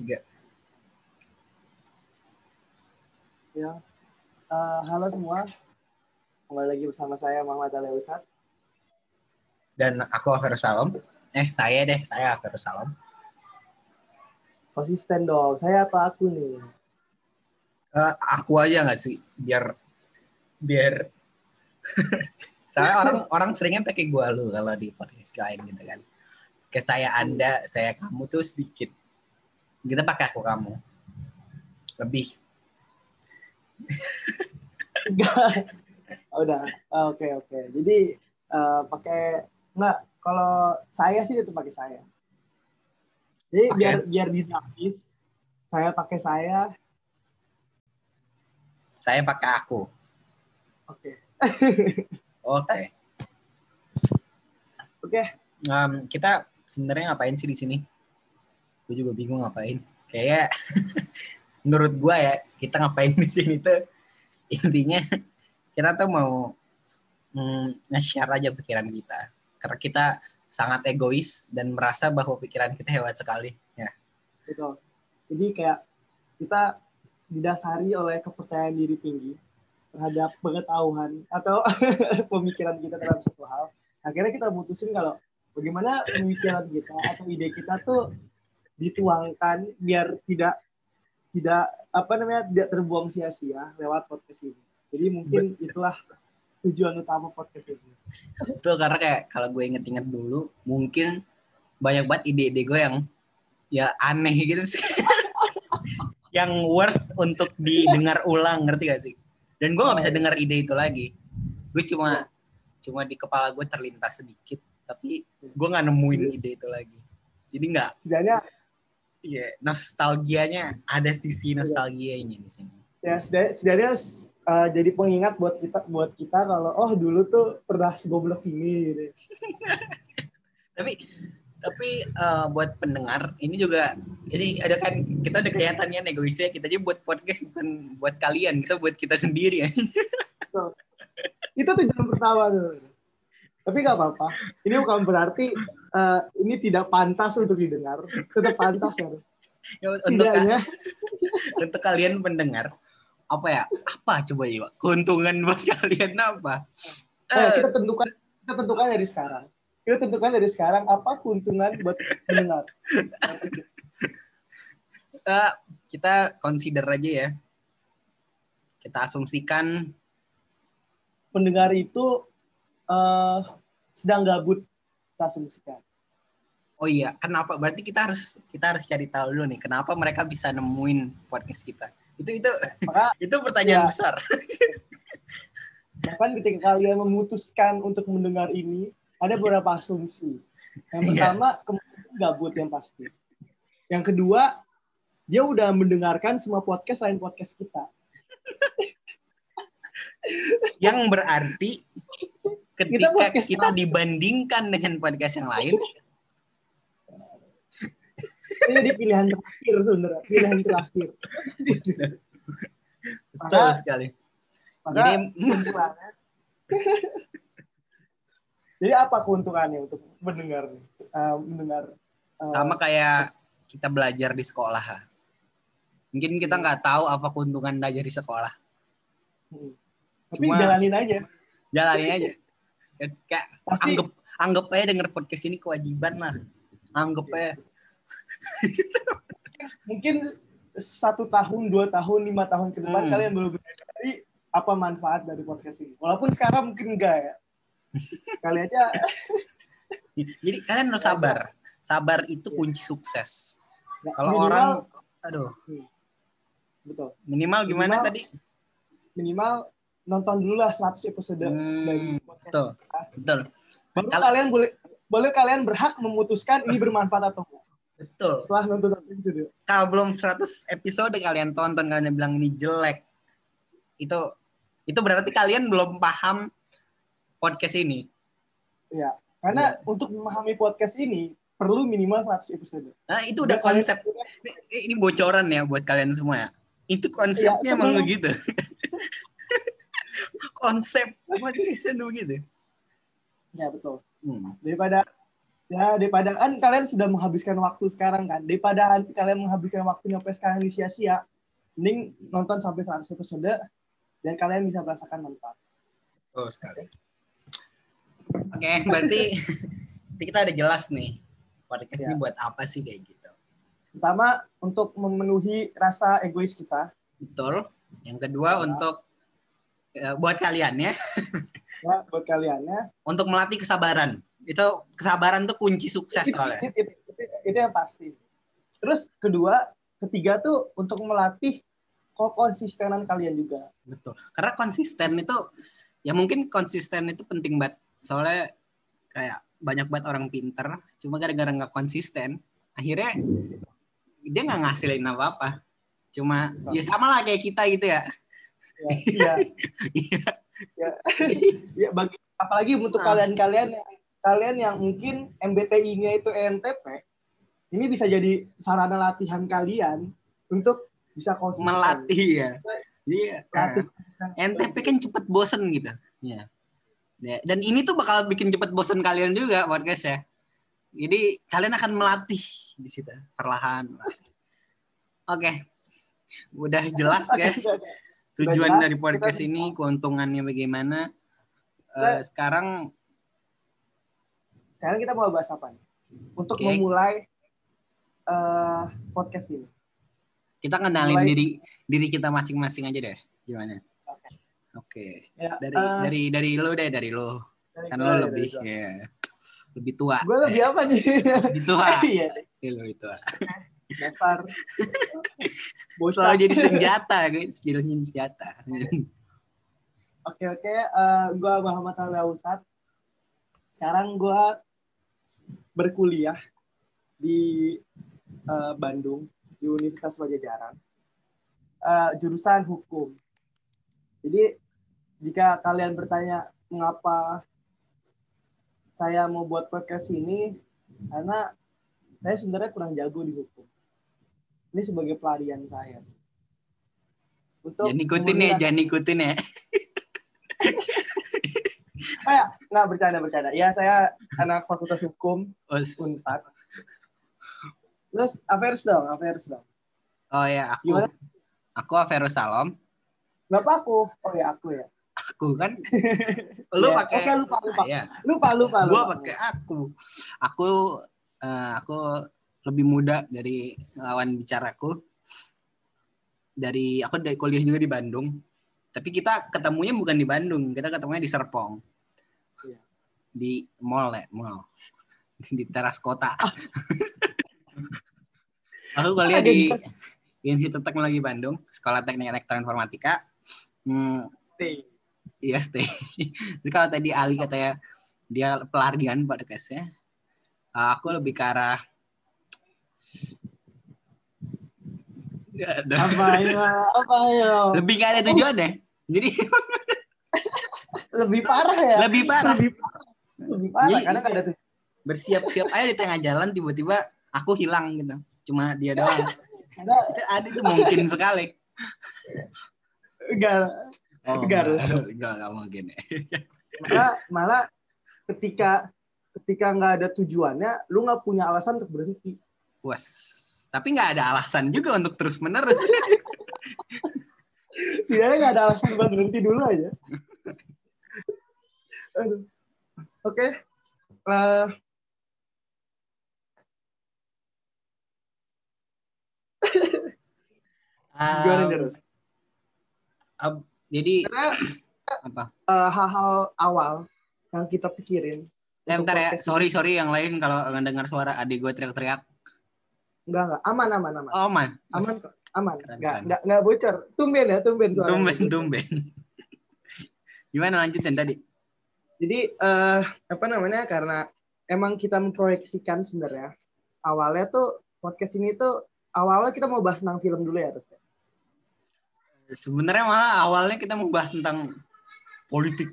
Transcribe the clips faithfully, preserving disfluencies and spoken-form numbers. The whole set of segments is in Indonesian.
Tiga. Ya, uh, halo semua. Kembali lagi bersama saya Muhammad Ali Ustad. Dan aku Aferus Salam. Eh, saya deh, saya Aferus Salam. Konsisten dong. Saya apa aku nih? Uh, aku aja nggak sih, biar biar. Soalnya orang orang seringnya pakai gua lu kalau di podcast lain gitu kan. Kayak saya Anda, hmm. saya kamu tuh sedikit. Kita pakai aku kamu. Lebih. Enggak. Oh, udah. Oke okay, oke. Okay. Jadi uh, pakai enggak. Kalau saya sih itu pakai saya. Jadi okay. biar biar dinamis. Saya pakai saya. Saya pakai aku. Oke. Okay. Oke. Okay. Oke. Okay. Um, kita sebenarnya ngapain sih di sini? Gue juga bingung ngapain. Kayak menurut gue ya, kita ngapain di sini tuh intinya kita tuh mau mm, nge-share aja pikiran kita. Karena kita sangat egois dan merasa bahwa pikiran kita hebat sekali. Ya. Betul. Jadi kayak kita didasari oleh kepercayaan diri tinggi terhadap pengetahuan atau pemikiran kita terhadap suatu hal. Akhirnya kita memutuskan kalau bagaimana pemikiran kita atau ide kita tuh dituangkan biar tidak tidak apa namanya tidak terbuang sia-sia lewat podcast ini. Jadi mungkin itulah tujuan utama podcast ini. Betul, karena kayak kalau gue inget-inget dulu mungkin banyak banget ide-ide gue yang ya aneh gitu sih. Yang worth untuk didengar ulang, ngerti gak sih? Dan gue nggak bisa dengar ide itu lagi. Gue cuma cuma di kepala gue terlintas sedikit, tapi gue nggak nemuin ide itu lagi. Jadi nggak. Sebenarnya, iya, nostalgianya ada sisi nostalgianya di sini. Ya, sebenarnya uh, jadi pengingat buat kita buat kita kalau oh dulu tuh pernah segoblok ini. Gitu. tapi tapi uh, buat pendengar ini juga ini ada kan kita ada kelihatannya egoisnya, kita aja buat podcast bukan buat kalian, kita buat kita sendiri ya. So, itu tujuan pertama tuh. Tapi nggak apa-apa. Ini bukan berarti uh, ini tidak pantas untuk didengar. Tetap pantas ya. Ya untuk, ka- untuk kalian pendengar apa ya? Apa coba ya? Keuntungan buat kalian apa? Nah, uh, kita tentukan kita tentukan dari sekarang. Kita tentukan dari sekarang apa keuntungan buat pendengar. Uh, kita consider aja ya. Kita asumsikan pendengar itu uh, sedang gabut. Kita asumsikan. Oh iya, kenapa? Berarti kita harus kita harus cari tahu dulu nih, kenapa mereka bisa nemuin podcast kita. Itu itu Maka, itu pertanyaan ya, besar. Bahkan ketika kalian memutuskan untuk mendengar ini, ada beberapa asumsi. Yang pertama, yeah. kemungkinan gabut yang pasti. Yang kedua, dia udah mendengarkan semua podcast selain podcast kita. Yang berarti ketika kita, podcast kita dibandingkan dengan podcast yang lain, ini jadi pilihan terakhir sebenarnya, pilihan terakhir. Betul maka, sekali. Maka jadi keuntungannya. Jadi apa keuntungannya untuk mendengar uh, mendengar uh, sama kayak kita belajar di sekolah. Mungkin kita nggak tahu apa keuntungan belajar di sekolah. Hmm. Tapi Cuma, jalanin aja. Jalanin aja. Kayak Pasti, anggap anggap aja denger podcast ini kewajiban lah. Anggap aja. Mungkin satu tahun, dua tahun, lima tahun ke depan hmm. kalian baru menyadari apa manfaat dari podcast ini. Walaupun sekarang mungkin enggak ya. Kali aja. Jadi kalian harus sabar. Sabar itu kunci sukses. Ya, kalau minimal, orang, aduh. Betul. Minimal gimana minimal, tadi? Minimal nonton dulu lah seratus episode hmm, dari podcast. Betul. Kita. Betul. Baru Kal- kalian boleh boleh kalian berhak memutuskan ini bermanfaat atau enggak. Betul. Setelah nonton seratus episode. Kalau belum seratus episode kalian tonton, kalian bilang ini jelek. Itu itu berarti kalian belum paham podcast ini. Iya, karena ya. Untuk memahami podcast ini perlu minimal seratus episode. Nah, itu udah Dan konsep. Kalian... Ini bocoran ya buat kalian semua ya. Itu konsepnya ya, emang begitu. Konsep podcast itu begitu. Ya, betul. Hmm. Daripada Ya, daripada kan kalian sudah menghabiskan waktu sekarang kan. Daripada kalian menghabiskan waktu sampai sekarang di sia-sia, mending nonton sampai seratus episode dan kalian bisa merasakan manfaat. Oh, sekali. Oke, okay, berarti kita udah jelas nih podcast ya. Ini buat apa sih kayak gitu. Pertama, untuk memenuhi rasa egois kita. Betul. Yang kedua, ya. untuk ya, buat kalian ya. Ya, buat kalian ya. Untuk melatih kesabaran. Itu kesabaran tuh kunci sukses soalnya. Itu, itu, itu, itu yang pasti. Terus kedua, ketiga tuh untuk melatih konsistenan kalian juga. Betul. Karena konsisten itu ya mungkin konsisten itu penting banget. Soalnya kayak banyak banget orang pinter, cuma gara-gara nggak konsisten, akhirnya dia nggak ngasilin apa-apa. Cuma oh. ya sama lah kayak kita gitu ya. Iya. Iya. Ya. Ya, bagi apalagi untuk nah. kalian-kalian yang kalian yang mungkin M B T I-nya itu E N T P, ini bisa jadi sarana latihan kalian untuk bisa konsisten. Melatih ya. Iya. Yeah. N T P kan cepet bosen gitu. Iya. Yeah. Dan ini tuh bakal bikin cepet bosen kalian juga podcast ya. Jadi kalian akan melatih di situ perlahan. Oke. Okay. Udah jelas kan tujuan jelas, dari podcast ini, keuntungannya bagaimana. Uh, sekarang Sekarang kita mau bahas apa nih? Untuk okay. memulai uh, podcast ini. Kita kenalin mulai... diri diri kita masing-masing aja deh. Gimana? Oke. Okay. Okay. Ya, dari uh, dari dari lo deh, dari lo. Dari kan lo lebih ya. Lebih tua. Gue lebih apa nih? Lebih tua. Iya. Lebih tua. Dasar. Selalu jadi senjata, guys. Jadi senjata. Oke, oke. Uh, gue Muhammad Al-Ausat. Sekarang gue berkuliah di uh, Bandung, di Universitas Padjadjaran, uh, jurusan hukum. Jadi jika kalian bertanya mengapa saya mau buat podcast ini, karena saya sebenarnya kurang jago di hukum. Ini sebagai pelarian saya. Untuk jangan ikutin ya, jangan ikutin ya. Kayak nggak bercanda-bercanda. Ya, saya anak Fakultas Hukum Unpad. Terus Averus dong, Averus dong. Oh ya, aku. Gimana? Aku Averus Salam. Bapak aku. Oh ya, aku ya. Aku kan. Lu yeah. pakai Oke, lupa, lupa. Saya. Lupa, lupa, lupa. Gua pakai aku. Aku uh, aku lebih muda dari lawan bicaraku. Dari aku dari kuliah juga di Bandung. Tapi kita ketemunya bukan di Bandung, kita ketemunya di Serpong. Yeah. Di mall ya, mall. Di teras kota. Aku kuliah di Institut Teknologi Bandung, Sekolah Teknik Elektroinformatika. Hmm, stay. Iya, stay. Jadi kalau tadi Ali katanya dia pelarian pada podcastnya, aku lebih ke arah apa ya? Apa ya? Lebih gak ada tujuan deh. Jadi lebih parah ya? Lebih parah. Lebih parah. Lebih parah jadi, karena gak ada tujuan. Bersiap-siap aja di tengah jalan tiba-tiba aku hilang gitu. Cuma dia doang. Ada, itu ada itu mungkin sekali. Enggak. Oh, enggak. Enggak, enggak mungkin. Malah, malah ketika ketika nggak ada tujuannya, lu nggak punya alasan untuk berhenti. Was. Tapi nggak ada alasan juga untuk terus menerus. Tidak nggak ada alasan buat berhenti dulu aja. Aduh. Oke. Okay. Uh, Gimana terus? Um, jadi Karena, apa? Uh, hal-hal awal yang kita pikirin. Eh, bentar ya, sorry sorry yang lain kalau dengar suara adik gue teriak-teriak. Enggak enggak, aman aman aman. Oh, aman. Aman aman. Enggak enggak enggak bocor. Tumben ya, tumben suara. Tumben tumben. Gimana lanjutin tadi? Jadi uh, apa namanya? Karena emang kita memproyeksikan sebenarnya awalnya tuh podcast ini tuh awalnya kita mau bahas tentang film dulu ya, terus. Sebenarnya malah awalnya kita mau bahas tentang politik.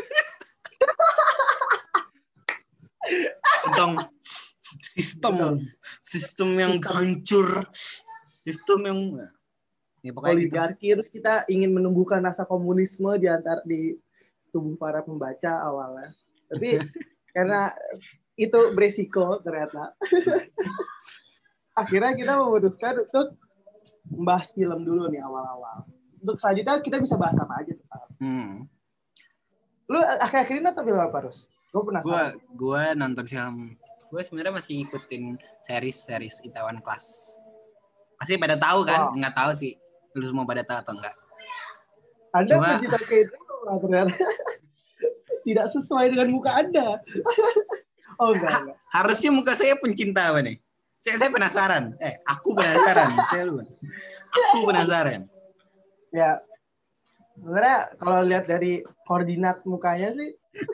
Tentang sistem sistem yang sistem. hancur, sistem yang ya, oligarki, gitu. Terus kita ingin menumbuhkan rasa komunisme di antara di tubuh para pembaca awalnya. Tapi karena itu beresiko ternyata. Akhirnya kita memutuskan untuk membahas film dulu nih awal-awal. Untuk selanjutnya kita bisa bahas apa aja tuh. Hmm. Lu akhir-akhir ini nonton film apa, Rus? Gue Gue penasaran. gue nonton film. Gue sebenarnya masih ikutin series-series Itaewon Class. Pasti pada tahu kan? Wow. Nggak tahu sih. Lu semua pada tahu atau enggak? Anda Cuma pencinta K-drama ternyata. Tidak sesuai dengan muka Anda. Oh enggak, ha- enggak. harusnya muka saya pencinta apa nih? Saya saya penasaran. Eh, aku penasaran. saya lu. Aku penasaran. Ya, sebenarnya kalau lihat dari koordinat mukanya sih,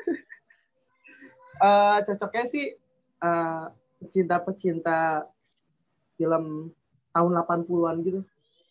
uh, cocoknya sih uh, pecinta-pecinta film tahun delapan puluhan gitu.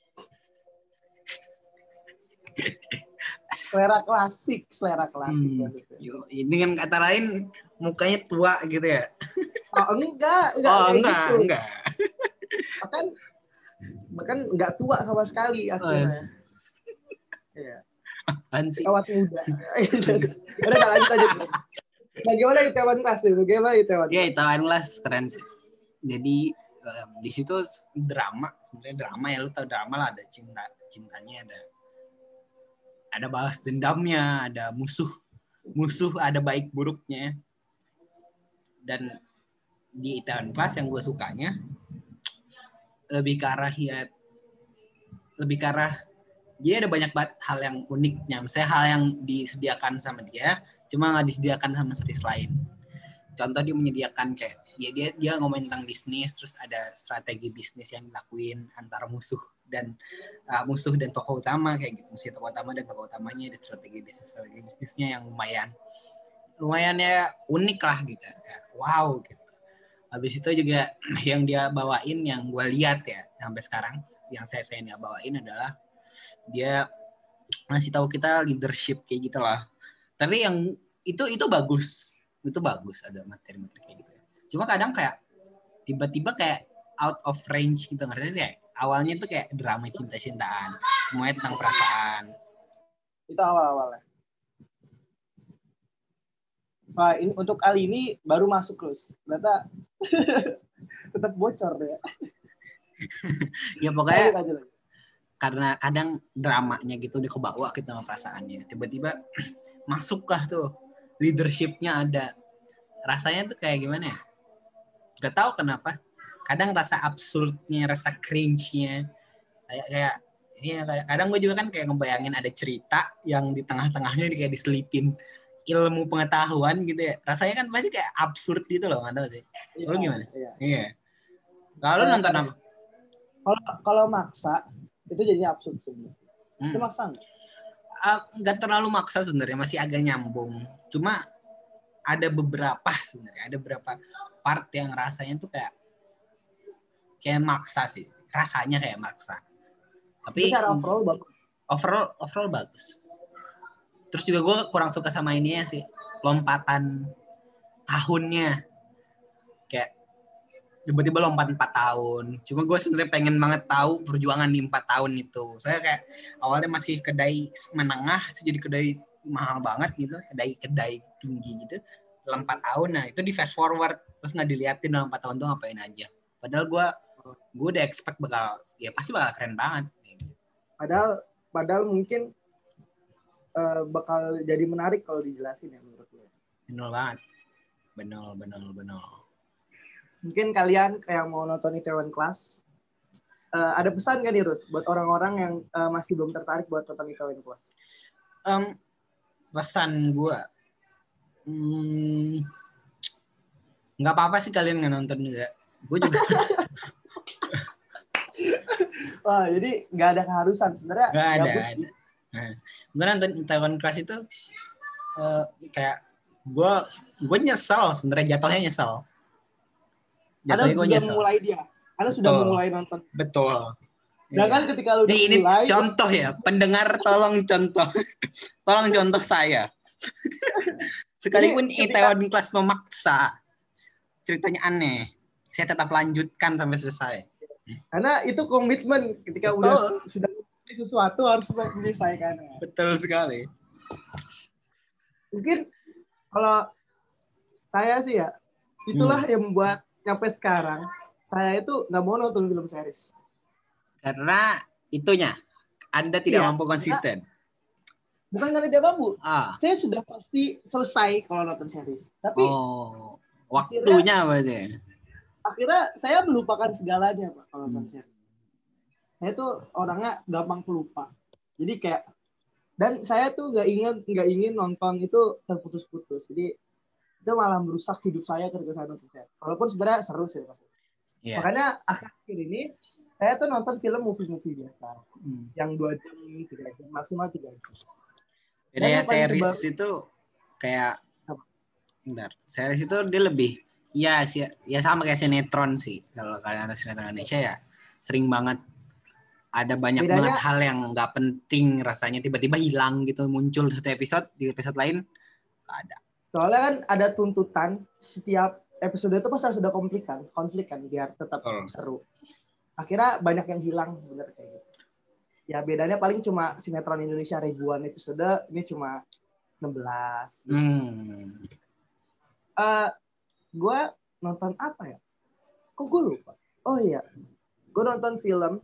Selera klasik, selera klasik. Hmm, yo, ini kan kata lain mukanya tua gitu ya? Oh enggak, enggak Oh kayak enggak, gitu. enggak. Bahkan, bahkan enggak tua sama sekali akhirnya. Oh, Iya. apaan sih? Awet muda. Udah nggak lanjut aja. Bagaimana Itaewon Class itu? Bagaimana Itaewon Ya, Class? Itaewon Class keren sih. Jadi um, di situ drama, sebenarnya drama ya, lu tau drama lah, ada cinta, cintanya ada ada balas dendamnya, ada musuh, musuh ada baik buruknya. Dan di Itaewon Class yang gue sukanya lebih ke arah ya, lebih ke arah jadi ada banyak banget hal yang uniknya. Misalnya hal yang disediakan sama dia, cuma nggak disediakan sama series lain. Contoh dia menyediakan kayak dia dia dia ngomongin tentang bisnis, terus ada strategi bisnis yang dilakuin antara musuh dan uh, musuh dan tokoh utama kayak gitu. Musuh tokoh utama dan tokoh utamanya ada strategi bisnis strategi bisnisnya yang lumayan lumayan ya unik lah gitu. Kayak, wow gitu. Habis itu juga yang dia bawain yang gue lihat ya sampai sekarang yang saya saya dia bawain adalah dia ngasih tahu kita leadership kayak gitu lah. Tapi yang itu itu bagus, itu bagus ada materi-materi kayak gitu. Cuma kadang kayak tiba-tiba kayak out of range gitu, ngerti sih? Awalnya tuh kayak drama cinta-cintaan, semuanya tentang perasaan. Itu awal-awalnya. Nah, ini, untuk kali ini baru masuk terus. Ternyata tetap bocor deh. Ya pokoknya Ayo, aja, aja. karena kadang dramanya gitu udah kebawa kita sama perasaannya. Tiba-tiba masukkah tuh leadershipnya ada. Rasanya tuh kayak gimana ya? Gak tahu kenapa. Kadang rasa absurdnya, rasa cringe-nya. Kayak, kayak ya kayak kadang gue juga kan kayak ngebayangin ada cerita yang di tengah-tengahnya kayak diselipin ilmu pengetahuan gitu ya. Rasanya kan pasti kayak absurd gitu loh, nggak tahu sih. Iya, Lu gimana? Iya. Iya. Kalau lu nonton apa? Kalau kalau maksa itu jadinya absurd sebenarnya. Hmm. Itu maksa nggak? Uh, nggak terlalu maksa sebenarnya, masih agak nyambung. Cuma ada beberapa sebenarnya, ada beberapa part yang rasanya tuh kayak kayak maksa sih. Rasanya kayak maksa. Tapi secara overall bagus. Overall overall bagus. Terus juga gue kurang suka sama ininya sih, lompatan tahunnya. Kayak tiba-tiba lompat empat tahun. Cuma gue sebenarnya pengen banget tahu perjuangan di empat tahun itu. Saya kayak awalnya masih kedai menengah, jadi kedai mahal banget gitu, kedai-kedai tinggi gitu. Dalam empat tahun, nah itu di fast forward terus nggak diliatin dalam empat tahun tuh ngapain aja. Padahal gue gue udah expect bakal ya pasti bakal keren banget. Padahal padahal mungkin uh, bakal jadi menarik kalau dijelasin ya menurut gue. Benar banget. Benar, benar, benar. Mungkin kalian kayak mau nonton Itaewon Class, uh, ada pesan gak nih Rus buat orang-orang yang uh, masih belum tertarik buat nonton Itaewon Class? Um, pesan gue, hmm, nggak apa-apa sih kalian nggak nonton juga. Gue juga. Wah, jadi nggak ada keharusan sebenarnya. Nggak ada. ada. Nah, gue nonton Itaewon Class itu uh, kayak gue gue nyesel sebenarnya, jatuhnya nyesel. Anda sudah nyesel. memulai dia. Anda Betul. sudah memulai nonton. Betul. Jangan ya. Ketika lu udah ini mulai. Contoh ya, pendengar tolong contoh. Tolong contoh saya. Sekalipun Itaewon Class memaksa, ceritanya aneh, saya tetap lanjutkan sampai selesai. Karena itu komitmen ketika Betul. udah sudah sesuatu harus menyelesaikan. Betul sekali. Mungkin kalau saya sih ya, itulah hmm. yang membuat sampai sekarang saya itu nggak mau nonton film series. Karena itunya, Anda tidak iya, mampu konsisten. Bukan karena tidak mampu. Ah. Saya sudah pasti selesai kalau nonton series. Tapi oh, waktunya apa sih? Akhirnya saya melupakan segalanya Pak kalau nonton hmm. series. Saya tuh orangnya gampang pelupa. Jadi kayak dan saya tuh nggak ingin nggak ingin nonton itu terputus-putus. Jadi itu malah merusak hidup saya ketika saya nonton series. Walaupun sebenarnya seru sih Pak. Yeah. Makanya akhir-akhir ini saya tuh nonton film movie-movie biasa. Hmm. Yang dua jam, tiga jam, maksimal tiga jam. Beda series terbaru, itu kayak apa? Bentar, series itu dia lebih ya sih ya sama kayak sinetron sih. Kalau kalian nonton sinetron Indonesia ya sering banget ada banyak bedanya, banget hal yang nggak penting rasanya tiba-tiba hilang gitu, muncul satu episode di episode lain nggak ada. Soalnya kan ada tuntutan setiap episode itu pasti sudah konflik kan, konflik kan biar tetap oh. seru. Akhirnya banyak yang hilang bener kayak gitu. Ya bedanya paling cuma sinetron Indonesia ribuan episode, ini cuma enam belas. Gitu. Hmm. Uh, gue nonton apa ya? Kok gue lupa? Oh iya, gue nonton film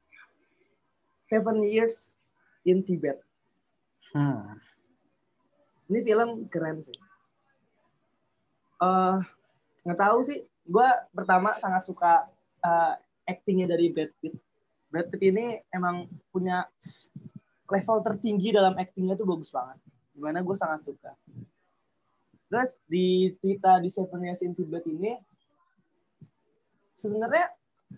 Seven Years in Tibet. Hmm. Ini film keren sih. Uh, nggak tahu sih. Gue pertama sangat suka uh, actingnya dari Brad Pitt. Brad Pitt ini emang punya level tertinggi dalam actingnya tuh bagus banget. Dimana gue sangat suka. Terus di cerita di Seven Years in Tibet ini sebenarnya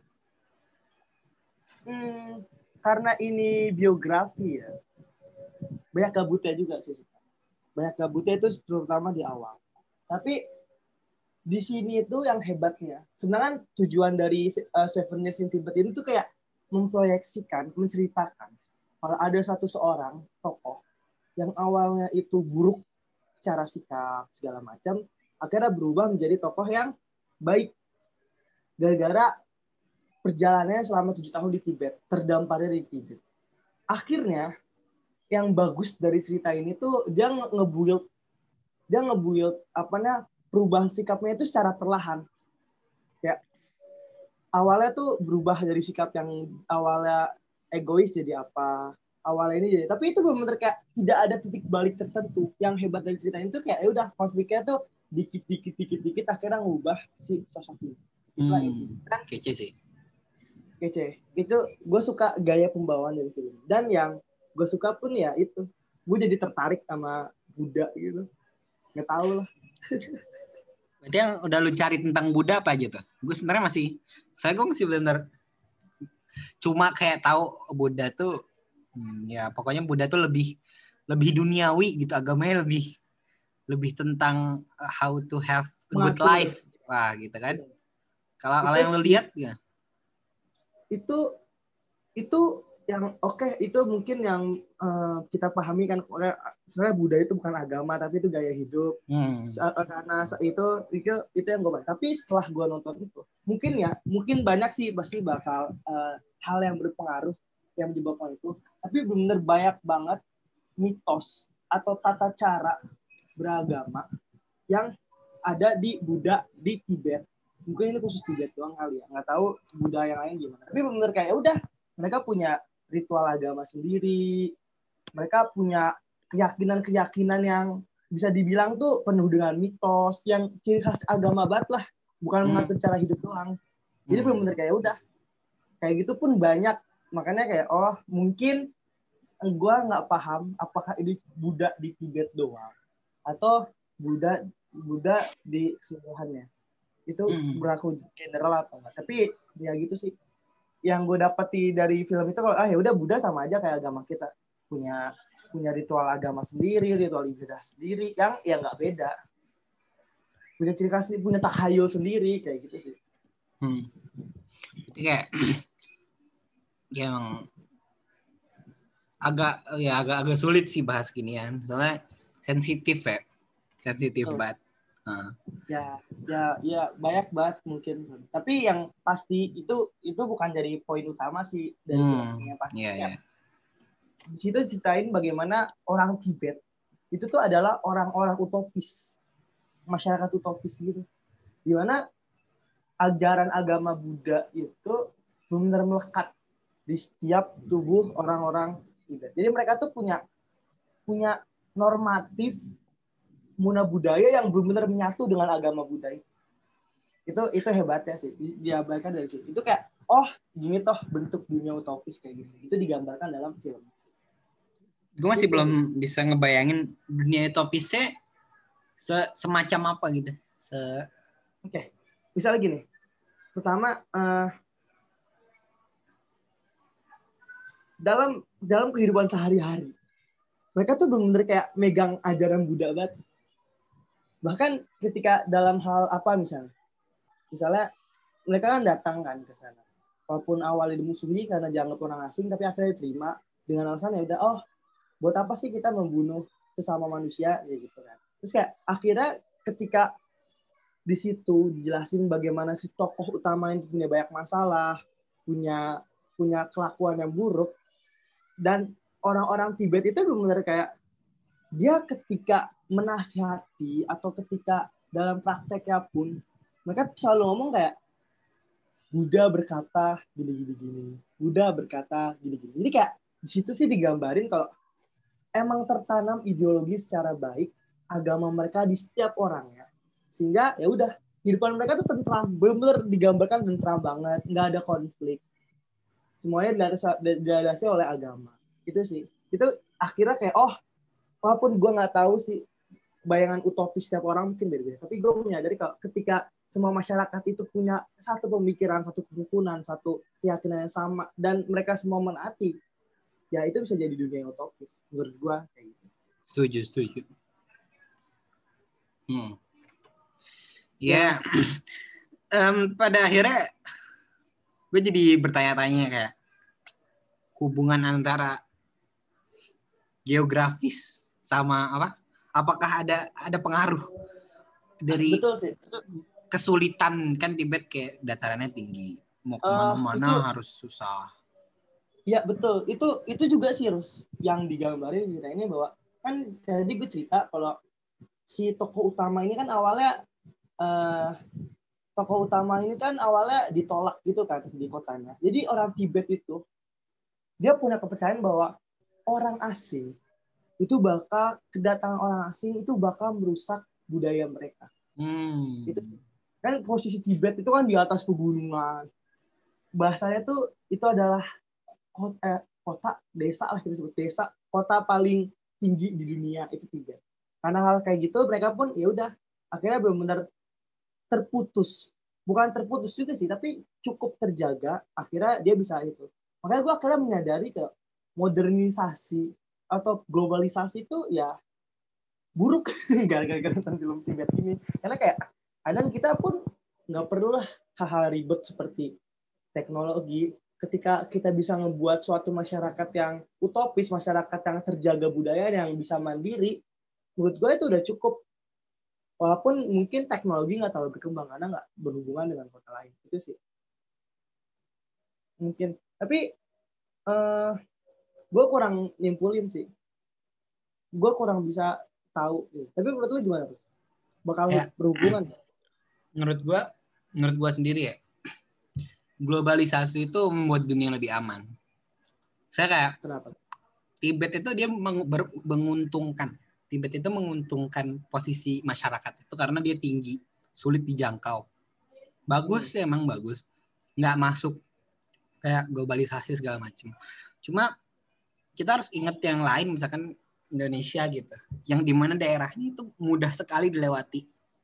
hmm, karena ini biografi ya, banyak gabutnya juga sih. Banyak gabutnya itu terutama di awal. Tapi di sini itu yang hebatnya. Sebenarnya tujuan dari uh, Seven Years in Tibet ini tuh kayak memproyeksikan, menceritakan kalau ada satu seorang tokoh yang awalnya itu buruk secara sikap segala macam, akhirnya berubah menjadi tokoh yang baik gara-gara perjalanannya selama tujuh tahun di Tibet, terdamparnya di Tibet. Akhirnya yang bagus dari cerita ini tuh dia nge-build dia nge-build apa namanya perubahan sikapnya itu secara perlahan. Ya awalnya tuh berubah dari sikap yang awalnya egois jadi apa, awalnya ini jadi, tapi itu benar-benar kayak tidak ada titik balik tertentu. Yang hebat dari cerita itu kayak ya udah konfliknya tuh dikit-dikit dikit-dikit akhirnya ngubah si sosok ini. Itulah hmm, itu. Kan kece sih. Kece. Itu gue suka gaya pembawaan dari film. Dan yang gue suka pun ya itu, gue jadi tertarik sama Buddha gitu. Nggak tahu lah. Berarti yang udah lu cari tentang Buddha apa aja tuh? Gue sebenarnya masih, saya gue masih benar cuma kayak tahu Buddha tuh, hmm, ya pokoknya Buddha tuh lebih lebih duniawi gitu, agamanya lebih lebih tentang how to have a good life, wah gitu kan? Kalau kalau yang lu lihat ya? Itu itu yang oke okay, itu mungkin yang uh, kita pahami kan, sebenarnya Buddha itu bukan agama tapi itu gaya hidup. Hmm. Karena itu itu itu yang gue bahas. Tapi setelah gue nonton itu mungkin ya mungkin banyak sih pasti bakal uh, hal yang berpengaruh yang menyebabkan itu, tapi benar banyak banget mitos atau tata cara beragama yang ada di Buddha di Tibet. Mungkin ini khusus Tibet doang kali ya, nggak tahu Buddha yang lain gimana, tapi benar kayak udah mereka punya ritual agama sendiri, mereka punya keyakinan-keyakinan yang bisa dibilang tuh penuh dengan mitos, yang ciri khas agama banget lah, bukan hmm. mengatur cara hidup doang. Jadi hmm. benar-benar kayak udah kayak gitu pun banyak, makanya kayak oh mungkin gue nggak paham apakah ini Buddha di Tibet doang atau Buddha Buddha di keseluruhannya itu hmm. berlaku general atau enggak. Tapi ya gitu sih yang gue dapeti dari film itu, kalau ah ya udah Buddha sama aja kayak agama kita, punya punya ritual agama sendiri, ritual ibadah sendiri yang ya nggak beda, punya ciri khas, punya tahayul sendiri kayak gitu sih. Hmm. Jadi kayak yang agak ya agak agak sulit sih bahas ginian, soalnya sensitif ya, sensitif oh. banget. Uh. Ya, ya, ya banyak banget mungkin. Tapi yang pasti itu itu bukan jadi poin utama sih dari hmm, filmnya pasti. Yeah, yeah. Di situ ceritain bagaimana orang Tibet itu tuh adalah orang-orang utopis, masyarakat utopis gitu. di mana ajaran agama Buddha itu benar-benar melekat di setiap tubuh orang-orang Tibet. Jadi mereka tuh punya punya normatif muna budaya yang benar-benar menyatu dengan agama Buddha itu. Itu itu hebatnya sih. Diabaikan dari situ. Itu kayak oh, gini toh bentuk dunia utopis kayak gini. Itu digambarkan dalam film. Gue masih itu belum sih bisa ngebayangin dunia utopisnya se- semacam apa gitu. Se Oke. Okay. Misalnya gini. Pertama uh, dalam dalam kehidupan sehari-hari mereka tuh benar-benar kayak megang ajaran Buddha banget. Bahkan ketika dalam hal apa misalnya, misalnya mereka kan datang kan ke sana, walaupun awalnya dimusuhi karena dianggap orang asing, tapi akhirnya diterima dengan alasan ya udah, oh buat apa sih kita membunuh sesama manusia ya gitu kan. Terus kayak akhirnya ketika di situ dijelasin bagaimana si tokoh utama yang punya banyak masalah, punya punya kelakuan yang buruk, dan orang-orang Tibet itu benar-benar kayak dia ketika menasihati atau ketika dalam prakteknya pun mereka selalu ngomong kayak Buddha berkata gini-gini gini, Buddha berkata gini-gini. Jadi kayak di situ sih digambarin kalau emang tertanam ideologi secara baik agama mereka di setiap orangnya, sehingga ya udah kehidupan mereka tuh tentram, benar-benar digambarkan tentram banget, nggak ada konflik, semuanya dilandasi oleh agama. Itu sih, itu akhirnya kayak oh, walaupun gue nggak tahu sih bayangan utopis setiap orang mungkin beda-beda, tapi gue menyadari kalau ketika semua masyarakat itu punya satu pemikiran, satu kerukunan, satu keyakinan yang sama, dan mereka semua menaati, ya itu bisa jadi dunia yang utopis menurut gue kayak gitu. Setuju, setuju. Hmm. Ya, yeah. um, pada akhirnya gue jadi bertanya-tanya kayak hubungan antara geografis sama apa? Apakah ada ada pengaruh dari betul sih. kesulitan kan Tibet kayak datarannya tinggi, mau kemana-mana uh, harus susah. Iya betul, itu itu juga sih Rus yang digambarin cerita ini bahwa kan tadi gue cerita kalau si tokoh utama ini kan awalnya uh, tokoh utama ini kan awalnya ditolak gitu kan di kotanya. Jadi orang Tibet itu dia punya kepercayaan bahwa orang asing itu bakal kedatangan orang asing itu bakal merusak budaya mereka. Hmm. Itu kan posisi Tibet itu kan di atas pegunungan. Bahasanya tuh itu adalah kota, eh, kota desa lah kita sebut desa, kota paling tinggi di dunia itu Tibet. Karena hal kayak gitu mereka pun ya udah akhirnya benar-benar terputus. Bukan terputus juga sih, tapi cukup terjaga. Akhirnya dia bisa itu. Makanya gue akhirnya menyadari ke modernisasi atau globalisasi itu ya buruk gara-gara nonton film Tibet ini. Karena kayak kadang kita pun nggak perlulah hal-hal ribet seperti teknologi. Ketika kita bisa ngebuat suatu masyarakat yang utopis, masyarakat yang terjaga budaya, yang bisa mandiri, menurut gue itu udah cukup. Walaupun mungkin teknologi nggak terlalu berkembang karena nggak berhubungan dengan kota lain. Itu sih. Mungkin. Tapi uh, gue kurang nyimpulin sih. Gue kurang bisa tahu. Tapi menurut lu gimana, Bos? Bakal ya. Berhubungan? Menurut gue, menurut gue sendiri ya, globalisasi itu membuat dunia lebih aman. Saya kayak kenapa? Tibet itu dia menguntungkan. Tibet itu menguntungkan posisi masyarakat itu karena dia tinggi, sulit dijangkau. Bagus hmm. emang bagus. Nggak masuk kayak globalisasi segala macam. Cuma kita harus ingat yang lain, misalkan Indonesia gitu, yang dimana daerahnya itu mudah sekali dilewati.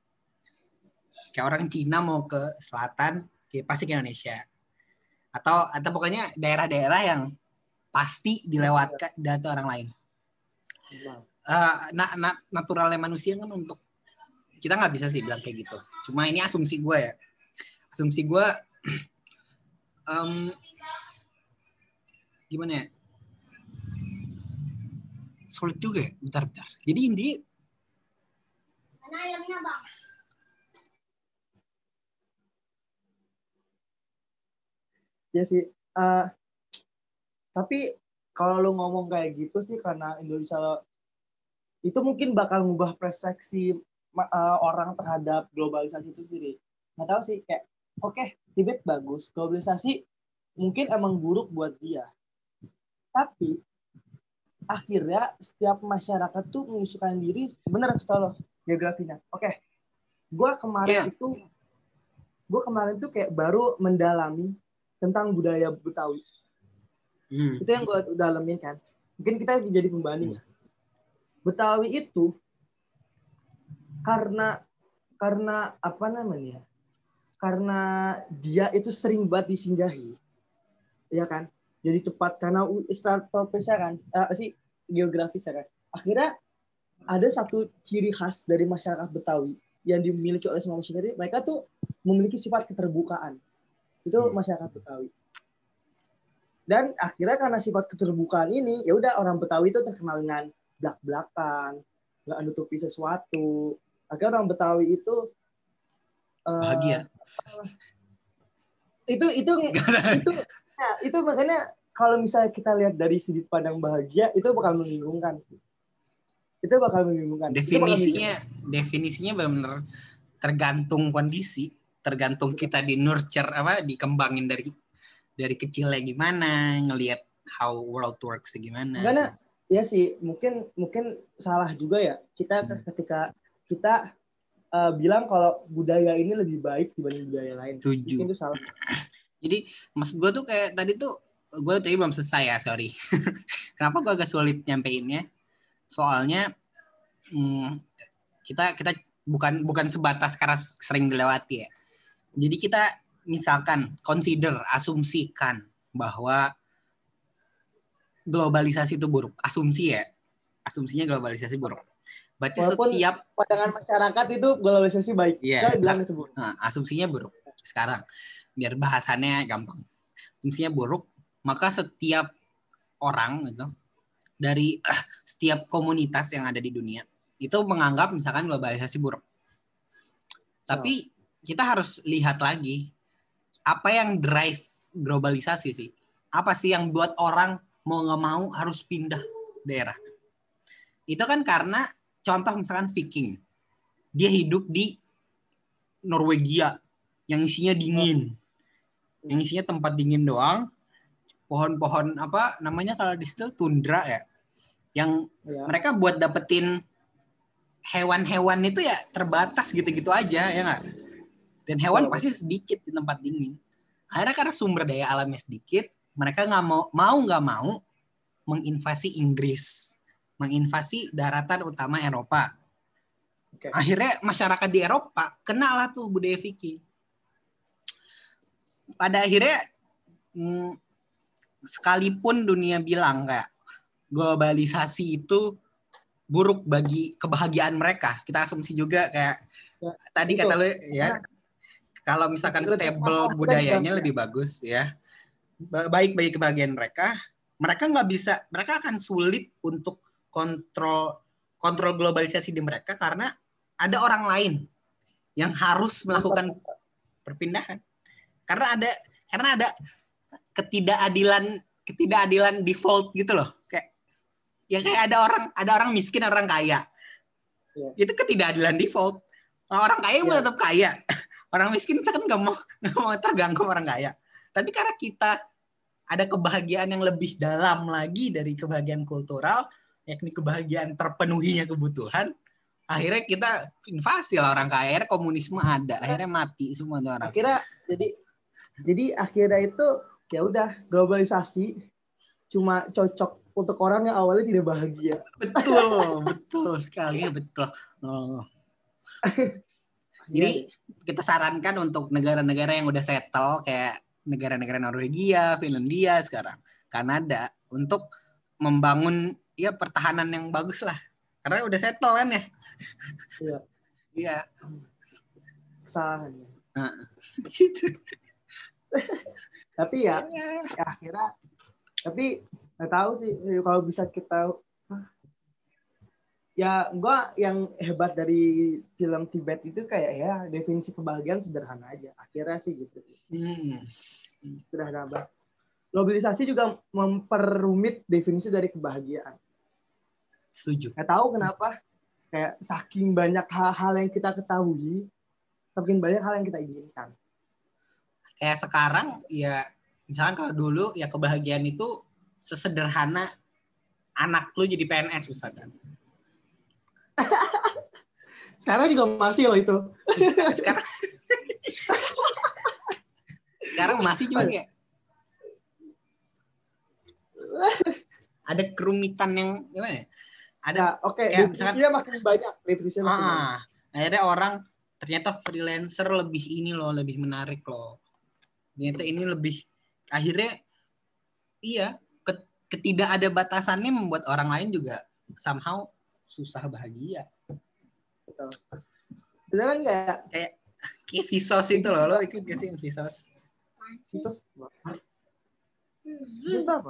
Kayak orang Cina mau ke selatan, ya pasti ke Indonesia. Atau atau pokoknya daerah-daerah yang pasti dilewatkan dari orang lain. Uh, na, na, naturalnya manusia kan untuk kita nggak bisa sih bilang kayak gitu. Cuma ini asumsi gue ya. Asumsi gue um, gimana ya? Sulit juga ya. Bentar-bentar. Jadi inti mana ayamnya bang? Ya sih. Uh, tapi kalau lu ngomong kayak gitu sih karena Indonesia itu mungkin bakal mengubah persepsi uh, orang terhadap globalisasi itu sendiri. nggak tahu sih kayak oke okay, Tibet bagus, globalisasi mungkin emang buruk buat dia, tapi akhirnya setiap masyarakat tuh menyesuaikan diri bener setelah geografinya. Oke, okay. gue kemarin yeah. itu gue kemarin tuh kayak baru mendalami tentang budaya Betawi. Hmm. Itu yang gue dalamin kan. Mungkin kita jadi pembanding. Hmm. Betawi itu karena karena apa namanya? Karena dia itu sering banget disinggahi, ya kan? Jadi tepat karena strategisnya kan, apa sih geografisnya kan. Akhirnya ada satu ciri khas dari masyarakat Betawi yang dimiliki oleh semua masyarakat. Mereka tuh memiliki sifat keterbukaan. Itu hmm. masyarakat Betawi. Dan akhirnya karena sifat keterbukaan ini, ya udah orang Betawi itu terkenal dengan belak-belakan, nggak nutupi sesuatu. Akhirnya orang Betawi itu bahagia. Uh, itu itu itu ya, itu makanya kalau misalnya kita lihat dari sudut pandang bahagia itu bakal membingungkan sih. Itu bakal membingungkan. Definisinya bakal definisinya benar-benar tergantung kondisi, tergantung kita di nurture apa dikembangin dari dari kecilnya gimana, ngelihat how world works gimana. Karena ya sih mungkin mungkin salah juga ya kita hmm. ketika kita Uh, bilang kalau budaya ini lebih baik dibanding budaya lain. Setuju. Itu salah. Jadi maksud gue tuh kayak tadi tuh gue tadi belum selesai ya, sorry. Kenapa gue agak sulit nyampeinnya? Soalnya hmm, kita kita bukan bukan sebatas karena sering dilewati ya. Jadi kita misalkan consider, asumsikan bahwa globalisasi itu buruk. Asumsi ya. Asumsinya globalisasi buruk. Berarti walaupun setiap pandangan masyarakat itu globalisasi baik. Iya, kita bilang itu buruk. Nah, asumsinya buruk. Sekarang biar bahasannya gampang. Asumsinya buruk, maka setiap orang gitu dari uh, setiap komunitas yang ada di dunia itu menganggap misalkan globalisasi buruk. Tapi kita harus lihat lagi apa yang drive globalisasi sih. Apa sih yang buat orang mau nggak mau harus pindah daerah? Itu kan karena contoh misalkan Viking, dia hidup di Norwegia yang isinya dingin, yang isinya tempat dingin doang, pohon-pohon apa namanya kalau di situ tundra ya, yang ya. Mereka buat dapetin hewan-hewan itu ya terbatas gitu-gitu aja ya nggak, dan hewan pasti sedikit di tempat dingin. Akhirnya karena sumber daya alamnya sedikit, mereka nggak mau mau nggak mau menginvasi Inggris, menginvasi daratan utama Eropa. Okay. Akhirnya masyarakat di Eropa kenal lah tuh budaya Viking. Pada akhirnya hmm, sekalipun dunia bilang kayak globalisasi itu buruk bagi kebahagiaan mereka, kita asumsi juga kayak ya, tadi itu. Kata lu ya, kalau misalkan stable budayanya lebih bagus ya, baik bagi kebahagiaan mereka, mereka nggak bisa, mereka akan sulit untuk kontrol kontrol globalisasi di mereka karena ada orang lain yang harus melakukan perpindahan. Karena ada karena ada ketidakadilan ketidakadilan default gitu loh. Kayak ya kayak ada orang ada orang miskin, orang kaya. Yeah. Itu ketidakadilan default. Nah, orang kaya yeah. mau tetap kaya. Orang miskin kan nggak mau nggak mau terganggu orang kaya. Tapi karena kita ada kebahagiaan yang lebih dalam lagi dari kebahagiaan kultural, yakni kebahagiaan terpenuhinya kebutuhan. Akhirnya kita invasi lah orang kaya, akhirnya komunisme ada, akhirnya mati semua tuh orang. Akhirnya jadi jadi akhirnya itu ya udah globalisasi cuma cocok untuk orang yang awalnya tidak bahagia. Betul, betul sekali, betul. Oh. Jadi kita sarankan untuk negara-negara yang udah settle kayak negara-negara Norwegia, Finlandia sekarang, Kanada untuk membangun ya pertahanan yang bagus lah. Karena udah settle kan ya. Iya. Iya. Kesalahannya. Nah, gitu. Tapi ya, ya akhirnya tapi nggak tahu sih kalau bisa kita ya gua yang hebat dari film Tibet itu kayak ya definisi kebahagiaan sederhana aja. Akhirnya sih gitu. Hmm. Sederhana banget. Globalisasi juga memperrumit definisi dari kebahagiaan. Setuju. Nggak tahu kenapa kayak saking banyak hal-hal yang kita ketahui semakin banyak hal yang kita inginkan. Kayak sekarang ya misalkan kalau dulu ya kebahagiaan itu sesederhana anak lu jadi P N S misalkan. Sekarang juga masih loh itu. Sekarang sekarang masih cuma kayak ada kerumitan yang gimana ya? Ada nah, oke, okay. definisinya makin banyak, definisinya makin ah, banyak. Akhirnya orang ternyata freelancer lebih ini loh, lebih menarik loh. Ternyata ini lebih akhirnya iya, ketidak ada batasannya membuat orang lain juga somehow susah bahagia. Betul. Betul kan kayak kayak kayak Vsauce itu loh, lo ikut gak sih Vsauce? Vsauce apa? Vsauce apa?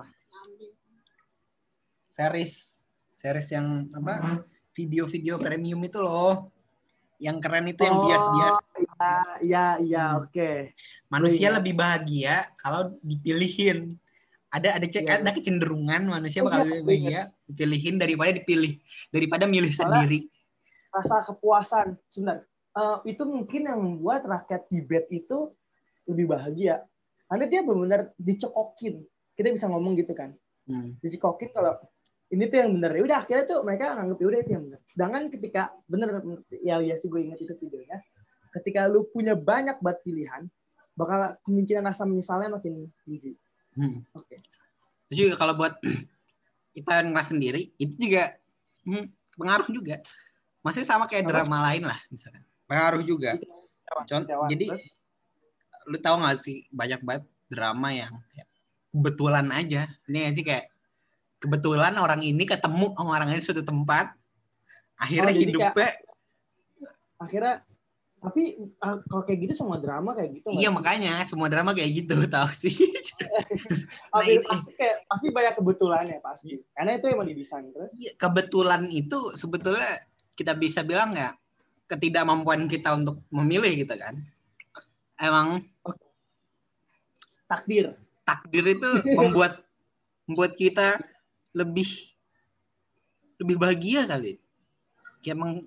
Series, series yang apa? Video-video premium itu loh. Yang keren itu yang bias-bias. Iya, iya, iya, hmm. oke. Okay. Manusia lebih bahagia kalau dipilihin. Ada ada ya, ada kecenderungan manusia bakal lebih bahagia dipilihin daripada dipilih, daripada milih soalnya sendiri. Rasa kepuasan sebenarnya uh, itu mungkin yang membuat rakyat Tibet itu lebih bahagia. Karena dia benar-benar dicekokin. Kita bisa ngomong gitu kan. Hmm. Dicekokin kalau ini tuh yang benar. Ya udah akhirnya tuh mereka nganggep ya udah itu yang benar. Sedangkan ketika benar ya ya sih gue ingat itu videonya. Ketika lu punya banyak banget pilihan, bakal kemungkinan rasa menyesalnya makin tinggi. Hmm. Oke. Okay. Terus juga kalau buat kita ngelas sendiri, itu juga hmm, pengaruh juga. Masih sama kayak apa? Drama lain lah misalkan. Pengaruh juga. Contoh, jadi terus? Lu tahu nggak sih banyak banget drama yang ya, kebetulan aja. Ini nggak sih kayak kebetulan orang ini ketemu sama orang ini suatu tempat, akhirnya oh, hidupnya kayak, akhirnya tapi uh, kalau kayak gitu semua drama kayak gitu. Iya makanya sih? Semua drama kayak gitu tahu sih. nah, itu, pasti kayak pasti banyak kebetulan ya pasti. Karena itu emang didesain terus. Iya, kebetulan itu sebetulnya kita bisa bilang nggak ketidakmampuan kita untuk memilih gitu kan. Emang okay. takdir. Takdir itu membuat membuat kita lebih lebih bahagia kali. Kayak emang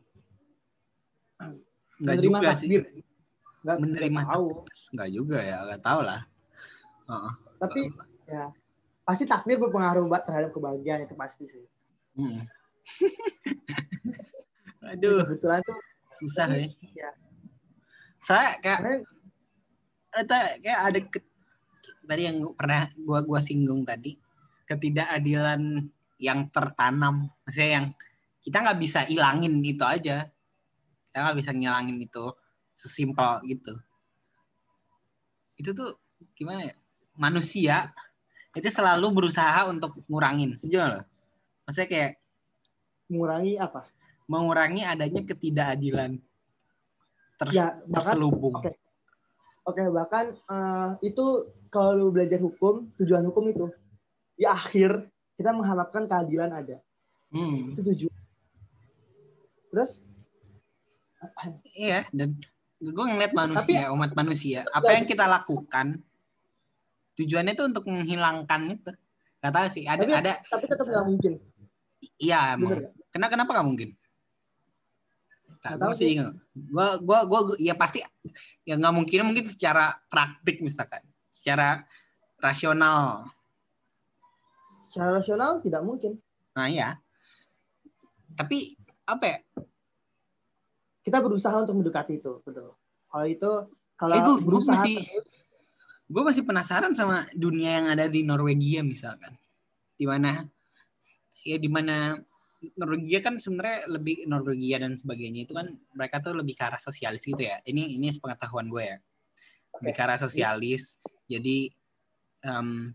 nggak juga takdir. sih. Nggak menerima tahu. Nggak juga ya, nggak tahu lah. Uh, Tapi uh, ya pasti takdir berpengaruh banget terhadap kebahagiaan itu pasti sih. Hmm. Aduh, kebetulan tuh susah ya. ya. Saya kayak ada kayak ada ke, tadi yang pernah gua gua singgung tadi, ketidakadilan yang tertanam, maksudnya yang kita nggak bisa ilangin itu aja, kita nggak bisa ngilangin itu sesimpel gitu. Itu tuh gimana ya? Manusia itu selalu berusaha untuk ngurangin, setuju nggak lo? Maksudnya kayak mengurangi apa? Mengurangi adanya ketidakadilan Ters- ya, terselubung. Oke, okay. okay, bahkan uh, itu kalau lu belajar hukum, tujuan hukum itu di akhir kita mengharapkan keadilan ada. Hmm. Itu tujuan. Terus? Iya, dan gue ngeliat manusia, tapi, umat manusia, apa yang kita lakukan tujuannya itu untuk menghilangkan itu. Gak tahu sih, ada tapi, ada. Tapi tetap nggak mungkin. Iya, emang. Kenapa kenapa nggak mungkin? Nah, gue masih ingat. Gue gue gue ya pasti ya nggak mungkin mungkin secara praktik misalkan, secara rasional. Secara rasional tidak mungkin. Nah ya. Tapi apa ya? Kita berusaha untuk mendekati itu, betul. Kalau itu kalau eh, gue, berusaha gue masih, terus, gue masih penasaran sama dunia yang ada di Norwegia misalkan, di mana ya di mana Norwegia kan sebenarnya lebih Norwegia dan sebagainya itu kan mereka tuh lebih ke arah sosialis gitu ya. Ini ini sepengetahuan gue ya, okay. Lebih ke arah sosialis. Jadi um,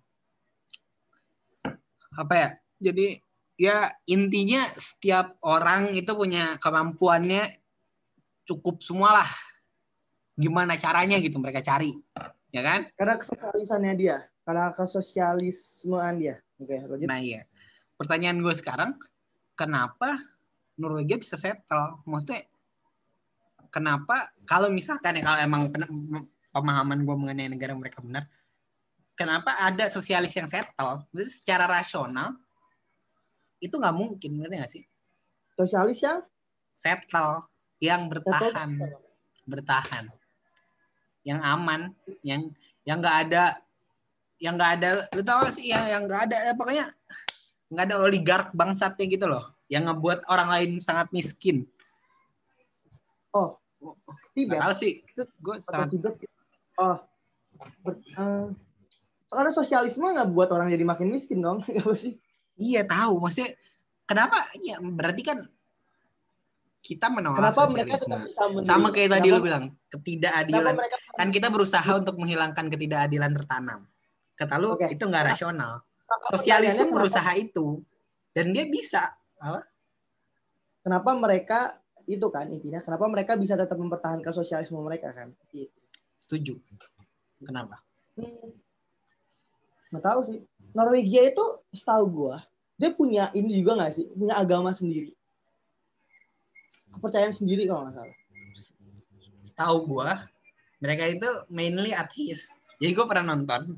apa ya? Jadi ya intinya setiap orang itu punya kemampuannya cukup semualah. Gimana caranya gitu mereka cari, ya kan? Karena kesosialisannya dia, karena kesosialismean dia. Oke, lanjut. Nah iya. Pertanyaan gue sekarang, kenapa Norwegia bisa settle? Maksudnya, kenapa kalau misalkan ya kalau emang pemahaman gue mengenai negara mereka benar, kenapa ada sosialis yang settle? Maksudnya secara rasional itu nggak mungkin, ngerti nggak sih? Sosialis yang settle, yang bertahan. Settle. bertahan, yang aman, yang yang nggak ada, yang nggak ada, lu tau gak sih yang yang nggak ada, pokoknya nggak ada oligark bangsatnya gitu loh, yang ngebuat orang lain sangat miskin. Oh, Tibet. Nggak tahu sih, gue sangat. Tibet. Oh, ber, uh, karena sosialisme nggak buat orang jadi makin miskin dong, apa sih? Iya tahu, maksudnya kenapa? Ya berarti kan kita menolak kenapa sosialisme. Sama kayak tadi lu bilang, ketidakadilan. Mereka... Kan kita berusaha untuk menghilangkan ketidakadilan tertanam. Kata lu okay. itu nggak rasional. Sosialisme berusaha kenapa? Itu. Dan dia bisa. Apa? Kenapa mereka, itu kan intinya, kenapa mereka bisa tetap mempertahankan sosialisme mereka kan? Setuju. Kenapa? Hmm. Nggak tahu sih. Norwegia itu setahu gue, dia punya ini juga nggak sih? Punya agama sendiri. Kepercayaan sendiri kalau nggak salah. Tahu gue, mereka itu mainly atheis. Jadi gue pernah nonton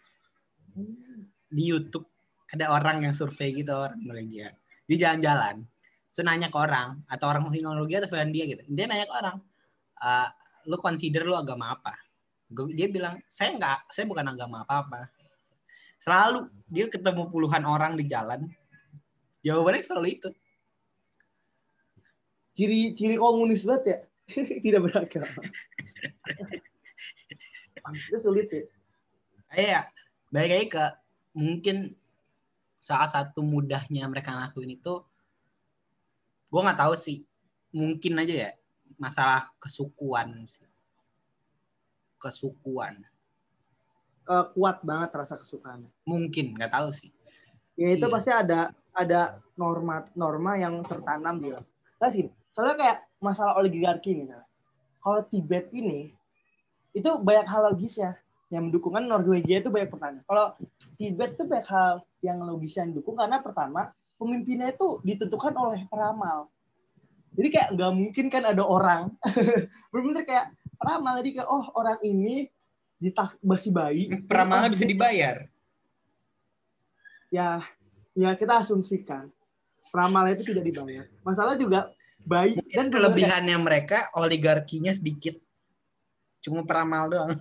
di YouTube ada orang yang survei gitu, orang Norwegia di jalan-jalan. So nanya ke orang atau orang Norwegia atau Finlandia gitu. Dia nanya ke orang, e, lu consider lu agama apa? Dia bilang saya nggak, saya bukan agama apa-apa. Selalu dia ketemu puluhan orang di jalan, jawabannya selalu itu. Ciri ciri komunis banget ya, tidak beragama. Itu sulit sih. Kayak balik lagi ke mungkin salah satu mudahnya mereka ngelakuin itu, gue nggak tahu sih, mungkin aja ya masalah kesukuan sih, kesukuan. Uh, kuat banget rasa kesukaan. Mungkin nggak tahu sih. Ya itu iya. Pasti ada ada norma norma yang tertanam dia. Nah sih. Soalnya kayak masalah oligarki misalnya. Kalau Tibet ini, itu banyak hal logis ya. Yang mendukungkan Norwegia itu banyak pertanyaan. Kalau Tibet itu banyak hal yang logis yang didukung. Karena pertama, pemimpinnya itu ditentukan oleh peramal. Jadi kayak nggak mungkin kan ada orang. Bener-bener kayak peramal. Jadi kayak, oh orang ini masih bayi. Peramalnya bisa dibayar. Ya, ya kita asumsikan. Peramalnya itu tidak dibayar. Masalah juga baik. Dan kelebihannya kayak... mereka oligarkinya sedikit, cuma peramal doang.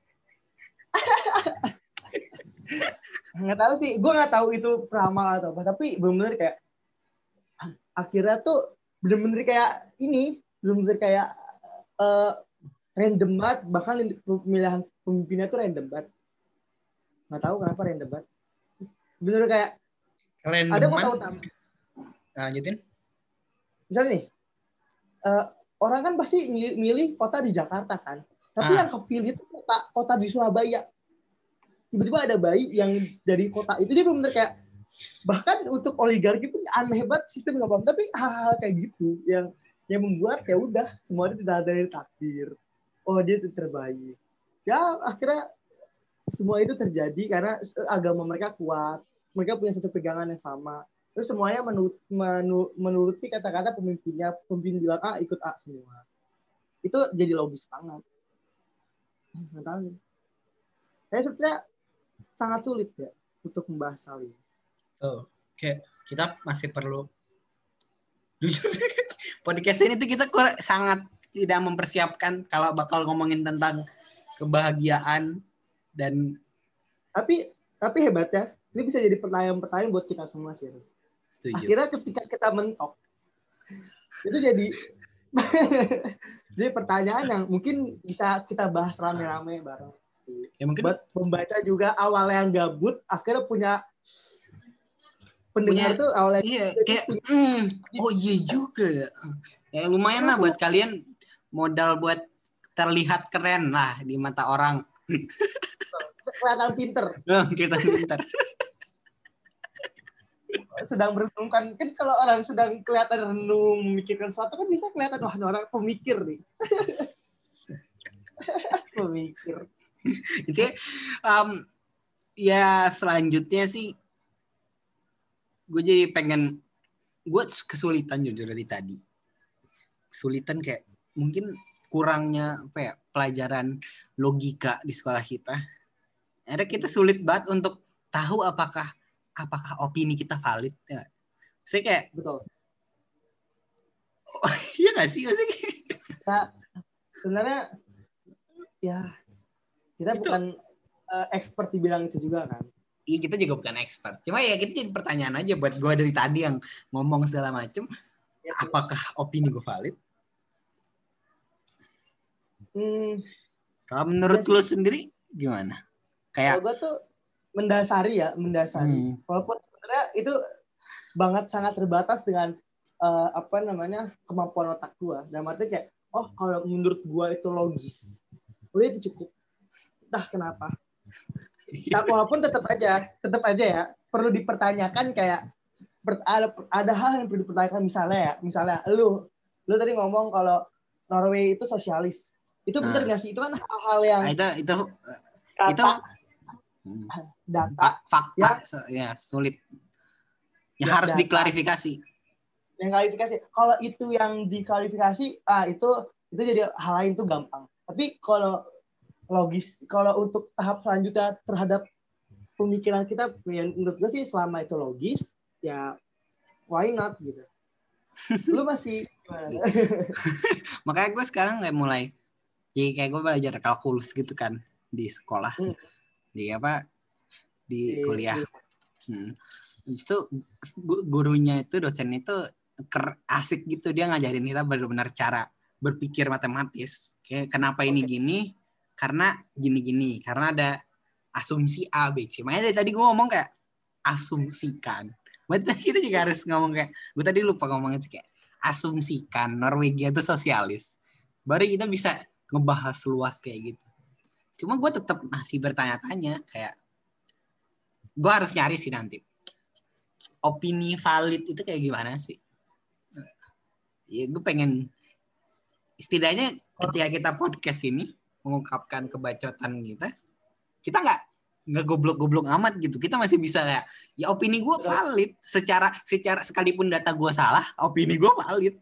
Nggak tahu sih, gue nggak tahu itu peramal atau apa, tapi benar-benar kayak akhirnya tuh benar-benar kayak ini, benar-benar kayak uh, random banget, bahkan pemilihan pemimpinnya tuh random banget. Nggak tahu kenapa random banget. Benar kayak random ada gue tahu nama. Lanjutin. Misalnya nih, uh, orang kan pasti milih kota di Jakarta kan, tapi ah. yang kepilih itu kota kota di Surabaya. Tiba-tiba ada bayi yang dari kota itu, dia benar-benar kayak, bahkan untuk oligarki pun aneh banget sistem nggak paham, tapi hal-hal kayak gitu yang yang membuat ya udah semuanya tidak ada dari takdir. Oh dia itu terbaik. Ya akhirnya semua itu terjadi karena agama mereka kuat, mereka punya satu pegangan yang sama. Terus semuanya menurut, menur, menuruti kata-kata pemimpinnya, pemimpin bilang A, ikut A semua. Itu jadi logis banget. Nggak tahu. Saya sebenarnya sangat sulit ya untuk membahas hal ini. Oh, kayak kita masih perlu jujur podcast ini tuh kita kur- sangat tidak mempersiapkan kalau bakal ngomongin tentang kebahagiaan dan tapi tapi hebatnya ini bisa jadi pertanyaan-pertanyaan buat kita semua sih. Setuju. Akhirnya ketika kita mentok itu jadi jadi pertanyaan yang mungkin bisa kita bahas rame-rame bareng. Ya, mungkin buat membaca juga awal yang gabut akhirnya punya pendengar tuh awalnya iya, kayak mm, oh iya juga ya. Ya lumayan lah buat kalian, modal buat terlihat keren lah di mata orang. Kelihatan pinter. Oh, kelihatan pinter. Sedang merenungkan, kan kalau orang sedang kelihatan renung memikirkan sesuatu kan bisa kelihatan wah orang pemikir nih. Pemikir. Itu um, ya selanjutnya sih gue jadi pengen, gue kesulitan jujur dari tadi, kesulitan kayak mungkin kurangnya apa ya, pelajaran logika di sekolah kita. Akhirnya kita sulit banget untuk tahu apakah apakah opini kita valid ya. Saya kayak betul. Oh, iya nggak sih maksudnya? Ya, sebenarnya ya kita Itu, bukan uh, expert dibilang itu juga kan. iya kita juga bukan expert. Cuma ya kita jadi pertanyaan aja buat gue dari tadi yang ngomong segala macem. Ya, Apakah opini gue valid? hmm, Kalau menurut ya lu sendiri gimana? Kalau Kayak gue tuh mendasari ya, mendasari. hmm, Walaupun sebenarnya itu banget sangat terbatas dengan uh, apa namanya kemampuan otak gue. Dan artinya kayak, oh kalau menurut gue itu logis, udah itu cukup. Entah kenapa. Tapi walaupun tetap aja, tetap aja ya, perlu dipertanyakan kayak ada, ada hal yang perlu dipertanyakan misalnya ya, misalnya lu, lu tadi ngomong kalau Norway itu sosialis. Itu nah, bener nggak sih? Itu kan hal-hal yang itu itu itu kata data fakta yang ya sulit. Ya, ya, harus data diklarifikasi. yang klarifikasi. Kalau itu yang diklarifikasi, ah itu itu jadi hal lain tuh gampang. Tapi kalau logis, kalau untuk tahap selanjutnya terhadap pemikiran kita, ya menurut gue sih selama itu logis, ya why not gitu. Lu masih gimana? Makanya gue sekarang kayak mulai, jadi kayak gue belajar kalkulus gitu kan di sekolah, Hmm. di apa, di, Di, kuliah. di, Hmm. Habis itu gurunya itu, dosen itu ker, asik gitu, dia ngajarin kita benar-benar cara berpikir matematis. Kayak kenapa ini okay. gini, karena gini-gini, karena ada asumsi A, B, C. Makanya dari tadi gue ngomong kayak asumsikan. Berarti kita juga harus ngomong kayak, gue tadi lupa ngomongnya sih kayak asumsikan Norwegia itu sosialis. Baru kita bisa ngebahas luas kayak gitu. Cuma gue tetap masih bertanya-tanya kayak, gue harus nyari sih nanti opini valid itu kayak gimana sih. Ya gue pengen setidaknya ketika kita podcast ini mengungkapkan kebacotan kita, kita nggak nggak goblok-goblok amat gitu. Kita masih bisa kayak, ya opini gue valid secara secara sekalipun data gue salah, opini gue valid.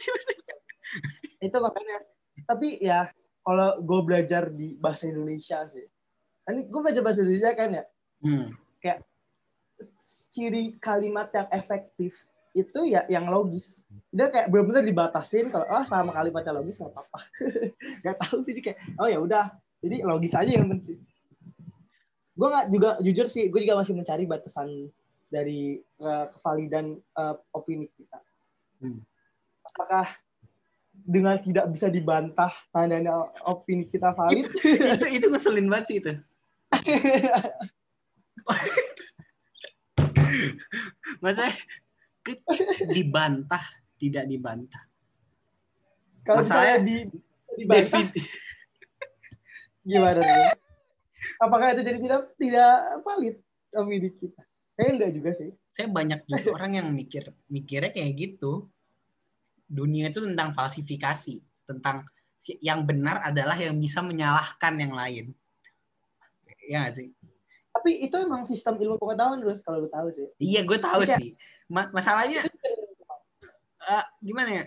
Itu makanya. Tapi ya kalau gue belajar di bahasa Indonesia sih, kan gue belajar bahasa Indonesia kan ya, hmm. kayak ciri kalimat yang efektif itu ya yang logis. Dia kayak benar-benar dibatasin kalau ah oh, selama kalimatnya logis nggak apa-apa. Gak tahu sih kayak oh ya udah, jadi logis aja yang penting. Gue nggak juga jujur sih, gue juga masih mencari batasan dari uh, kevalidan uh, opini kita. Hmm. Apakah dengan tidak bisa dibantah tandanya opini kita valid? itu itu ngeselin banget sih itu. Masa dibantah tidak dibantah. Kalau misalnya di, dibantah, David. Gimana nih? Apakah itu jadi tidak tidak valid opini kita? Kayaknya enggak juga sih. Saya banyak juga orang yang mikir mikirnya kayak gitu. Dunia itu tentang falsifikasi, tentang yang benar adalah yang bisa menyalahkan yang lain. Ya gak sih? Tapi itu emang sistem ilmu pengetahuan terus kalau lu tahu sih. Iya, gue tahu kayak, sih. Ma- masalahnya uh, gimana ya?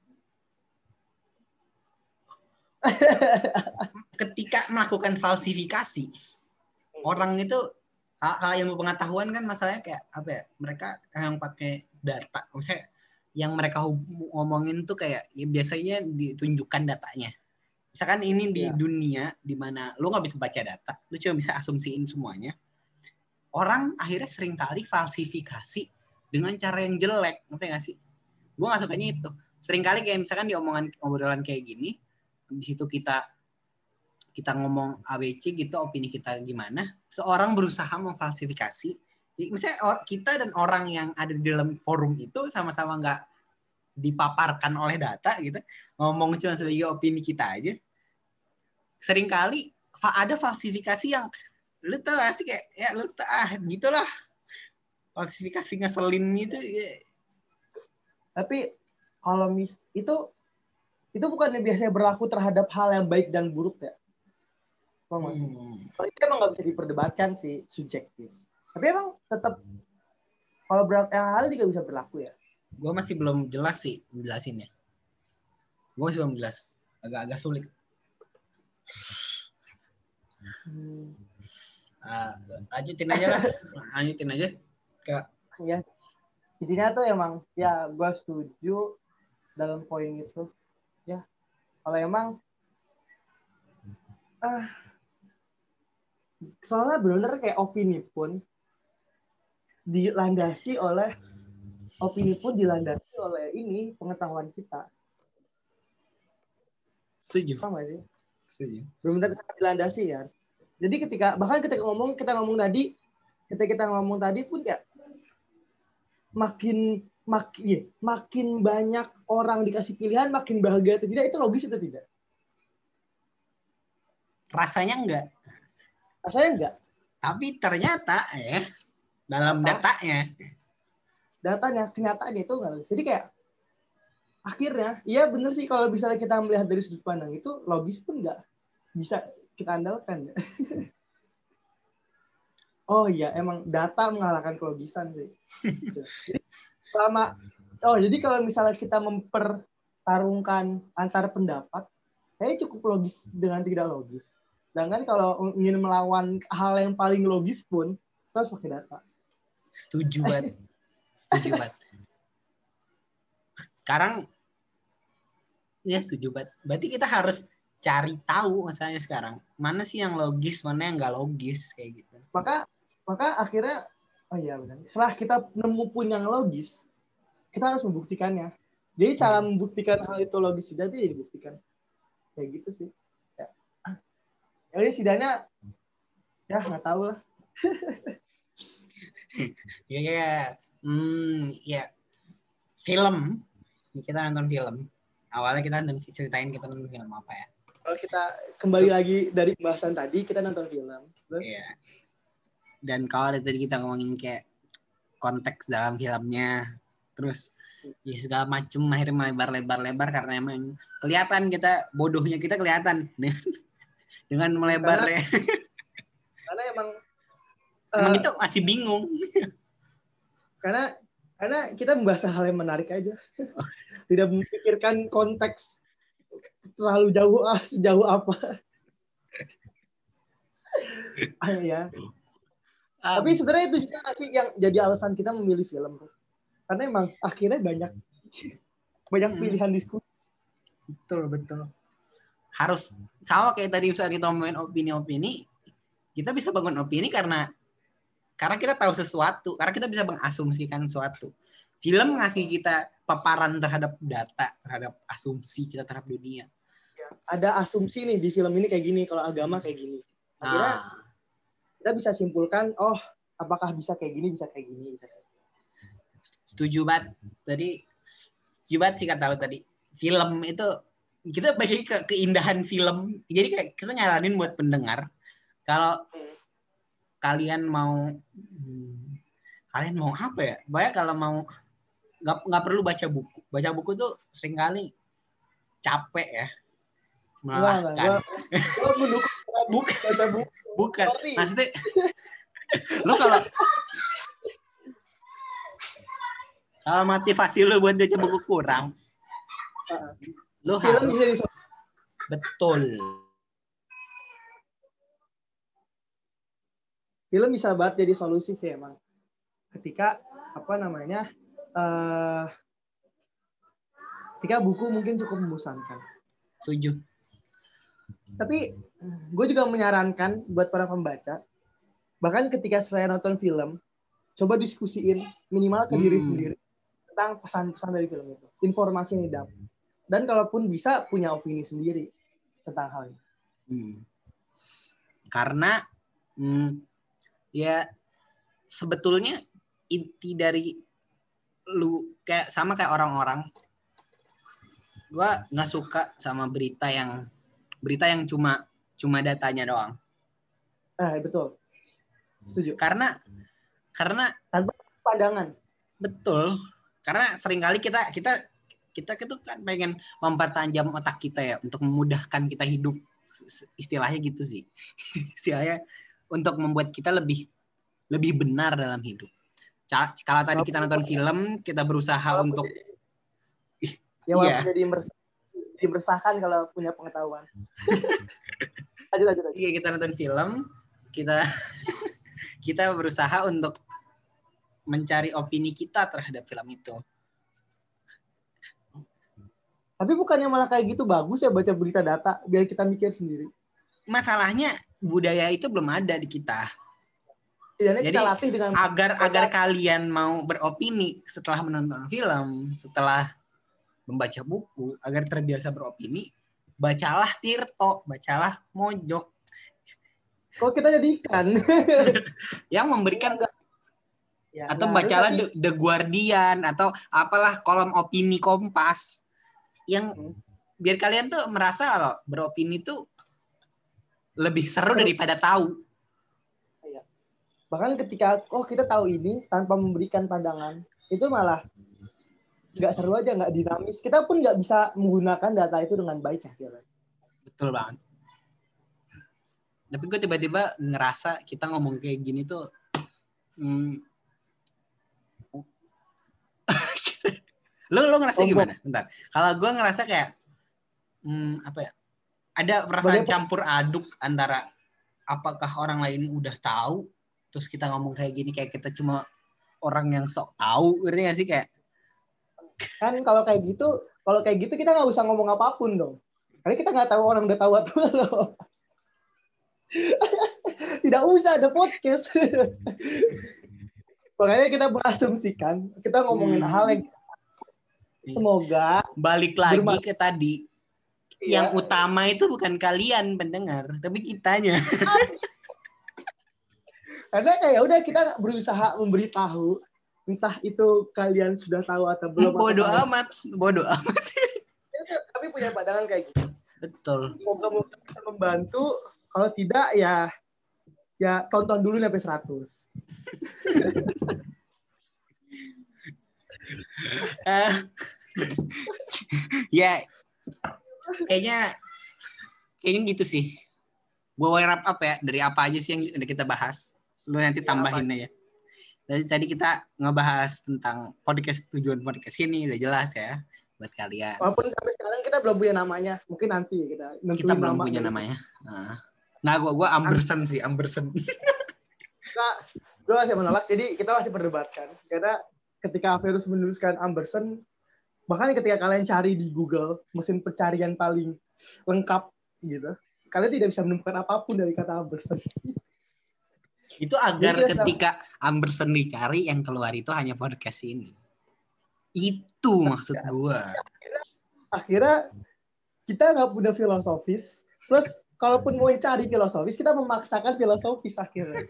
Ketika melakukan falsifikasi, orang itu kalau ilmu pengetahuan kan masalahnya kayak apa ya? Mereka yang pakai data, misalnya yang mereka ngomongin tuh kayak ya biasanya ditunjukkan datanya. Misalkan ini di yeah. dunia di mana lu nggak bisa baca data, lu cuma bisa asumsiin semuanya. Orang akhirnya sering kali falsifikasi dengan cara yang jelek, ngerti nggak sih? Gue nggak sukanya itu. Sering kali kayak misalkan di omongan obrolan kayak gini, di situ kita kita ngomong A B C gitu, opini kita gimana, seorang berusaha memfalsifikasi. Misalnya kita dan orang yang ada di dalam forum itu sama-sama nggak dipaparkan oleh data gitu, ngomong cuma sebagai opini kita aja. Seringkali ada falsifikasi yang lu tau gak sih kayak ya lu tau ah gitulah, falsifikasi ngeselin gitu ya. Tapi kalau mis itu itu bukannya biasanya berlaku terhadap hal yang baik dan buruk ya? Hmm. Kalau itu emang nggak bisa diperdebatkan sih, subjektif. Tapi emang tetap kalau berat yang hal juga bisa berlaku ya. Gue masih belum jelas sih menjelasinnya. Gue masih belum jelas, agak-agak sulit. Hmm. Uh, lanjutin aja lah, lanjutin aja. Kayak ya, intinya tuh emang ya gue setuju dalam poin itu. Ya, kalau emang ah soalnya benar-benar kayak opini pun dilandasi oleh opini pun dilandasi oleh ini pengetahuan kita. Setuju. Paham gak sih? Setuju. Benar-benar sangat dilandasi ya. Jadi ketika bahkan ketika ngomong kita ngomong tadi, ketika kita ngomong tadi pun kayak makin makin ya, makin banyak orang dikasih pilihan makin bahagia atau tidak, itu logis atau tidak? Rasanya enggak. Rasanya enggak. Tapi ternyata ya dalam datanya, datanya, kenyataannya itu enggak logis. Jadi kayak akhirnya, iya benar sih kalau misalnya kita melihat dari sudut pandang itu logis pun enggak bisa kita andalkan. Oh iya, emang data mengalahkan kelogisan sih. Jadi, selama, oh jadi kalau misalnya kita mempertarungkan antar pendapat, kayaknya cukup logis dengan tidak logis. Sedangkan kalau ingin melawan hal yang paling logis pun, kita harus pakai data. Setuju banget. Setuju banget. Sekarang, ya setuju banget. Berarti kita harus cari tahu masalahnya sekarang. Mana sih yang logis, mana yang nggak logis, kayak gitu. Maka, maka akhirnya, oh iya benar. Setelah kita nemu pun yang logis, kita harus membuktikannya. Jadi cara hmm. membuktikan hal itu logis tidak itu ya dibuktikan. Kayak gitu sih. Ya, ya udah sidahnya, ya nggak tahu lah. ya ya, hmm, ya film. Kita nonton film. Awalnya kita ceritain kita nonton film apa ya? Kalau kita kembali so, lagi dari pembahasan tadi, kita nonton film. Iya. Dan kalau tadi kita ngomongin kayak konteks dalam filmnya, terus ya segala macem akhirnya melebar-lebar-lebar karena emang kelihatan kita bodohnya kita kelihatan dengan melebarnya. Karena, karena emang emang uh, itu masih bingung. Karena karena kita membahas hal yang menarik aja, tidak memikirkan konteks terlalu jauh ah sejauh apa. ah, ya. Um, Tapi sebenarnya itu juga sih yang jadi alasan kita memilih film. Karena emang akhirnya banyak banyak pilihan diskusi. Betul, betul. Harus sama kayak tadi misalnya kita ngomongin opini-opini, kita bisa bangun opini karena karena kita tahu sesuatu, karena kita bisa mengasumsikan sesuatu. Film ngasih kita paparan terhadap data, terhadap asumsi kita terhadap dunia. Ya, ada asumsi nih di film ini kayak gini, kalau agama kayak gini. Akhirnya nah. kita bisa simpulkan, oh apakah bisa kayak gini, bisa kayak gini, bisa kayak gini. Setuju banget. Tadi setuju banget sih kata lo tadi. Film itu kita bagi ke keindahan film. Jadi kayak kita nyaranin buat pendengar kalau hmm. kalian mau hmm, kalian mau apa ya? Banyak kalau mau nggak nggak perlu baca buku. Baca buku tuh seringkali capek ya. Melelahkan. Bukan baca buku. Bukan. Maksudnya lo kalau kalau motivasi lo buat baca buku kurang, uh, lo harus bisa betul. Film bisa banget jadi solusi sih emang. Ketika apa namanya, uh, ketika buku mungkin cukup membosankan. Setuju. Tapi gue juga menyarankan buat para pembaca, bahkan ketika saya nonton film, coba diskusiin minimal ke hmm. diri sendiri tentang pesan-pesan dari film itu, informasi yang didapat, dan kalaupun bisa punya opini sendiri tentang hal ini. Hmm. Karena hmm, ya sebetulnya inti dari lu kayak sama kayak orang-orang, gue nggak suka sama berita yang berita yang cuma cuma datanya doang. Ah betul, setuju. Karena karena tanpa pandangan. Betul. Karena seringkali kita kita kita itu kan pengen mempertajam otak kita ya untuk memudahkan kita hidup, istilahnya gitu sih. Istilahnya untuk membuat kita lebih lebih benar dalam hidup. Kalau tadi kita nonton film, kita berusaha walaupun untuk jadi, ya walaupun iya. jadi meresahkan, jadi meresahkan kalau punya pengetahuan. Lanjut, lanjut, lanjut. Iya, kita nonton film, kita kita berusaha untuk mencari opini kita terhadap film itu. Tapi bukannya malah kayak gitu bagus ya baca berita data biar kita mikir sendiri. masalahnya budaya itu belum ada di kita. Jadi kita latih dengan agar agar kalian mau beropini setelah menonton film, setelah membaca buku, agar terbiasa beropini, bacalah Tirto, bacalah Mojok. Kok kita jadi ikan? Yang memberikan ya, atau ya, bacalah tapi... The, The Guardian atau apalah kolom opini Kompas yang hmm. biar kalian tuh merasa loh beropini tuh lebih seru daripada tahu. Ya. Bahkan ketika oh kita tahu ini tanpa memberikan pandangan itu malah nggak seru aja, nggak dinamis. Kita pun nggak bisa menggunakan data itu dengan baik akhirnya. Betul banget. Tapi gue tiba-tiba ngerasa kita ngomong kayak gini tuh hmm, lo lo ngerasa oh, gimana? Bentar. Kalau gue ngerasa kayak hmm, apa ya? Ada perasaan Bagaimana? campur aduk antara apakah orang lain udah tahu terus kita ngomong kayak gini kayak kita cuma orang yang sok tahu, ngerti gak sih kayak kan kalau kayak gitu, kalau kayak gitu kita nggak usah ngomong apapun dong. Karena kita nggak tahu orang udah tahu atau belum. Tidak usah ada podcast. Makanya kita berasumsikan, kita ngomongin hmm. hal yang semoga balik lagi bermak- ke tadi. Iya. Yang utama itu bukan kalian pendengar, tapi kitanya. Karena kayak udah kita berusaha memberitahu, entah itu kalian sudah tahu atau belum. Bodoh amat, bodoh amat. Tapi punya pandangan kayak gitu. Betul. Semoga bisa membantu. Kalau tidak ya ya tonton dulu sampai seratus. uh, ya kayaknya kayaknya gitu sih. Gue wrap up ya dari apa aja sih yang udah kita bahas. Lu nanti tambahin ya, aja. Dari tadi kita ngebahas tentang podcast, tujuan podcast ini udah jelas ya buat kalian. Walaupun sampai sekarang kita belum punya namanya, mungkin nanti kita kita belum nama punya gitu. namanya. Nah, nah gue gue Amberson sih Amberson. Nah, gue masih menolak. Jadi kita masih perdebatkan karena ketika Averus menuliskan Amberson, bahkan ketika kalian cari di Google mesin pencarian paling lengkap gitu, kalian tidak bisa menemukan apapun dari kata Amberson. Itu agar jadi, ketika Amberson dicari yang keluar itu hanya podcast ini. Itu maksud gue. Akhirnya, akhirnya kita nggak punya filosofis. Terus kalaupun mau cari filosofis, kita memaksakan filosofis akhirnya.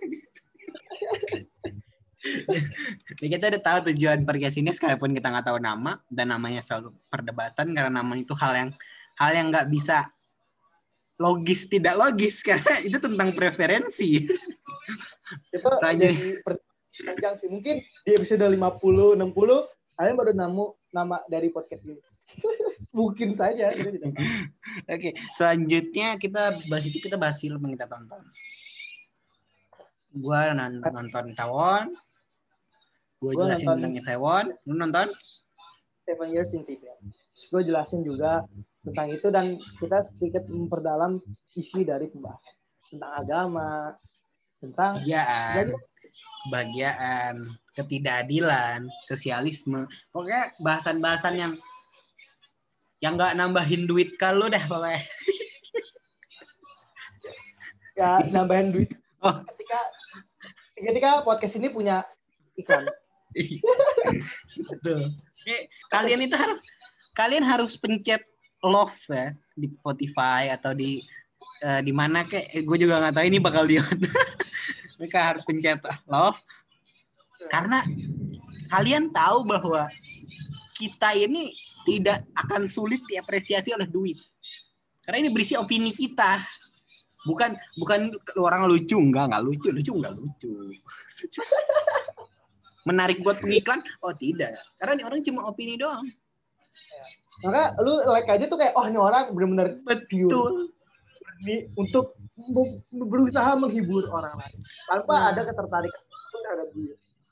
Jadi kita udah tahu tujuan podcast ini sekalipun kita nggak tahu nama dan namanya selalu perdebatan karena nama itu hal yang hal yang nggak bisa logis tidak logis karena itu tentang preferensi. Itu jadi panjang sih. Mungkin di episode lima puluh enam puluh kalian baru nemu nama dari podcast ini. Mungkin saja. Oke, okay. Selanjutnya kita bahas itu kita bahas film yang kita tonton. Gua nonton Itaewon. Gue jelasin tentang Itaewon. Lu nonton? Seven Years in Tibet. Gue jelasin juga tentang itu dan kita sedikit memperdalam isi dari pembahasan tentang agama, tentang kebahagiaan, kebahagiaan, ketidakadilan, sosialisme. Pokoknya bahasan-bahasan yang yang nggak nambahin duit kalau dah pokoknya. Ya nambahin duit. Oh. Ketika ketika podcast ini punya iklan. Betul. Eh, kalian itu harus kalian harus pencet love ya di Spotify atau di uh, di mana kayak eh, gue juga nggak tahu ini bakal di mereka harus pencet love karena kalian tahu bahwa kita ini tidak akan sulit diapresiasi oleh duit karena ini berisi opini kita bukan bukan orang lucu enggak enggak lucu lucu enggak lucu menarik buat pengiklan oh tidak karena ini orang cuma opini doang. Maka lu like aja tuh kayak oh ini orang benar-benar betul ini untuk berusaha menghibur orang lain tanpa nah. ada ketertarikan pun terhadap dia.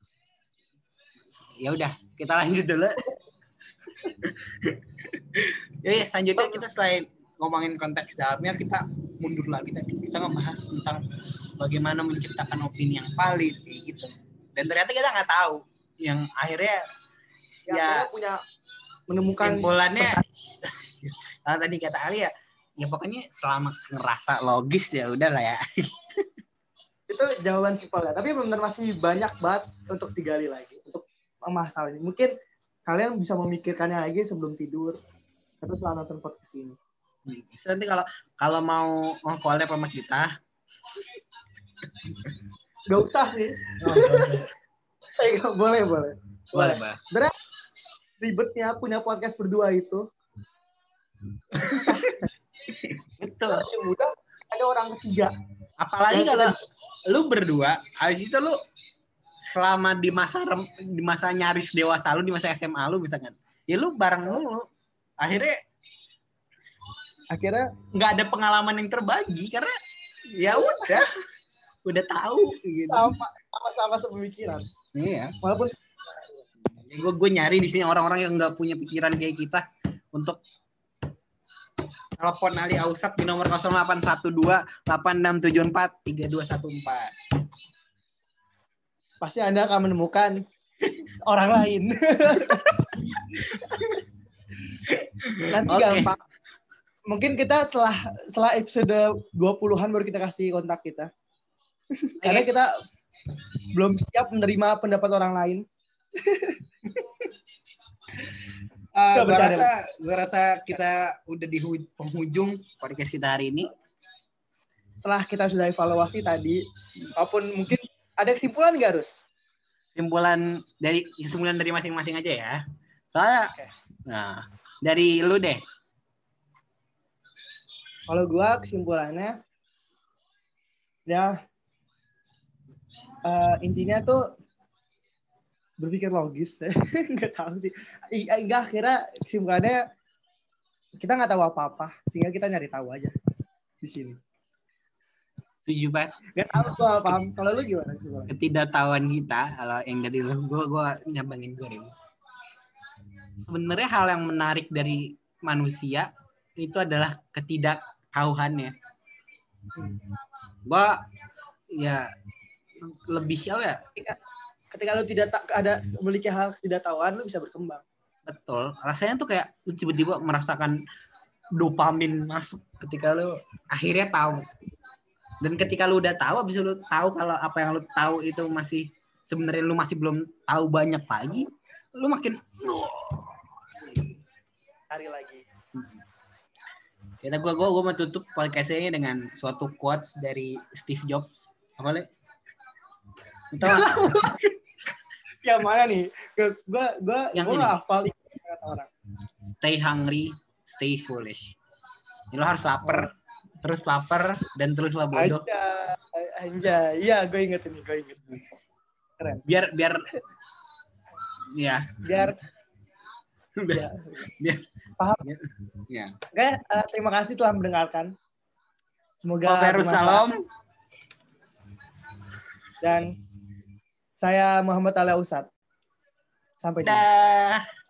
Ya udah kita lanjut dulu. Ya, ya selanjutnya kita selain ngomongin konteks dalamnya kita mundur lagi tadi kita ngebahas tentang bagaimana menciptakan opini yang valid gitu. Dan ternyata kita nggak tahu yang akhirnya ya, ya punya menemukan kesimpulannya kalau tadi kata Ali ya Ya pokoknya selama ngerasa logis ya udahlah ya. Itu jawaban simpel ya. Tapi benar masih banyak banget untuk digali lagi untuk masalah ini. Mungkin kalian bisa memikirkannya lagi sebelum tidur atau setelah nonton podcast ini. Hmm. So, nanti kalau kalau mau mau collab sama kita, gak usah sih. oh, usah. Eh, boleh boleh. Boleh, Bah. Sebenarnya ribetnya punya podcast berdua itu. Betul. Lebih mudah ada orang ketiga. Apalagi kalau lu berdua, habis itu lu selama di masa rem, di masa nyaris dewasa lu, di masa S M A lu misalkan, ya lu bareng lu, akhirnya akhirnya nggak ada pengalaman yang terbagi karena ya udah udah tahu gitu. Sama sama sepemikiran. Iya. Walaupun gue gue nyari di sini orang-orang yang nggak punya pikiran kayak kita untuk telepon Ali Ausap di nomor nol delapan satu dua delapan enam tujuh empat tiga dua satu empat. Pasti Anda akan menemukan orang lain. Nanti okay. Gampang. Mungkin kita setelah setelah episode dua puluhan baru kita kasih kontak kita. Okay. Karena kita belum siap menerima pendapat orang lain. uh, gue rasa gue rasa kita udah di penghujung podcast kita hari ini. Setelah kita sudah evaluasi tadi, walaupun mungkin ada kesimpulan nggak, Rus? Kesimpulan dari kesimpulan dari masing-masing aja ya. Soalnya, okay. Nah dari lu deh. Kalau gue kesimpulannya, ya uh, intinya tuh berpikir logis, nggak tahu sih. Enggak, akhirnya kesimpulannya kita nggak tahu apa-apa, sehingga kita nyari tahu aja di sini. Setuju banget. Nggak tahu gue paham. Kalau lu gimana? Ketidaktahuan kita, kalau yang dari lu, gue gue nyambangin gue ini. Sebenarnya hal yang menarik dari manusia itu adalah ketidaktauannya. Hmm. Gue ya lebih apa ya? Ketika lu tidak tak ada memiliki hal ketidaktahuan, lu bisa berkembang. Betul. Rasanya tuh kayak lu tiba-tiba merasakan dopamin masuk ketika lu akhirnya tahu. Dan ketika lu udah tahu, abis lu tahu kalau apa yang lu tahu itu masih sebenarnya lu masih belum tahu banyak lagi, lu makin cari lagi. Kita gua gua gua mau tutup podcast ini dengan suatu quotes dari Steve Jobs. Apa le? Itu yang mana nih? Gua gua yang gua nggak hafal kata orang. Stay hungry, stay foolish. Jadi lo harus lapar, terus lapar dan teruslah bodoh. Anjay, iya gue inget ini, gue inget. Keren. Biar biar ya. Biar biar, biar paham. Ya. Oke, uh, terima kasih telah mendengarkan. Semoga Salam. Dan saya Muhammad Ali Ausat. Sampai jumpa. Dah.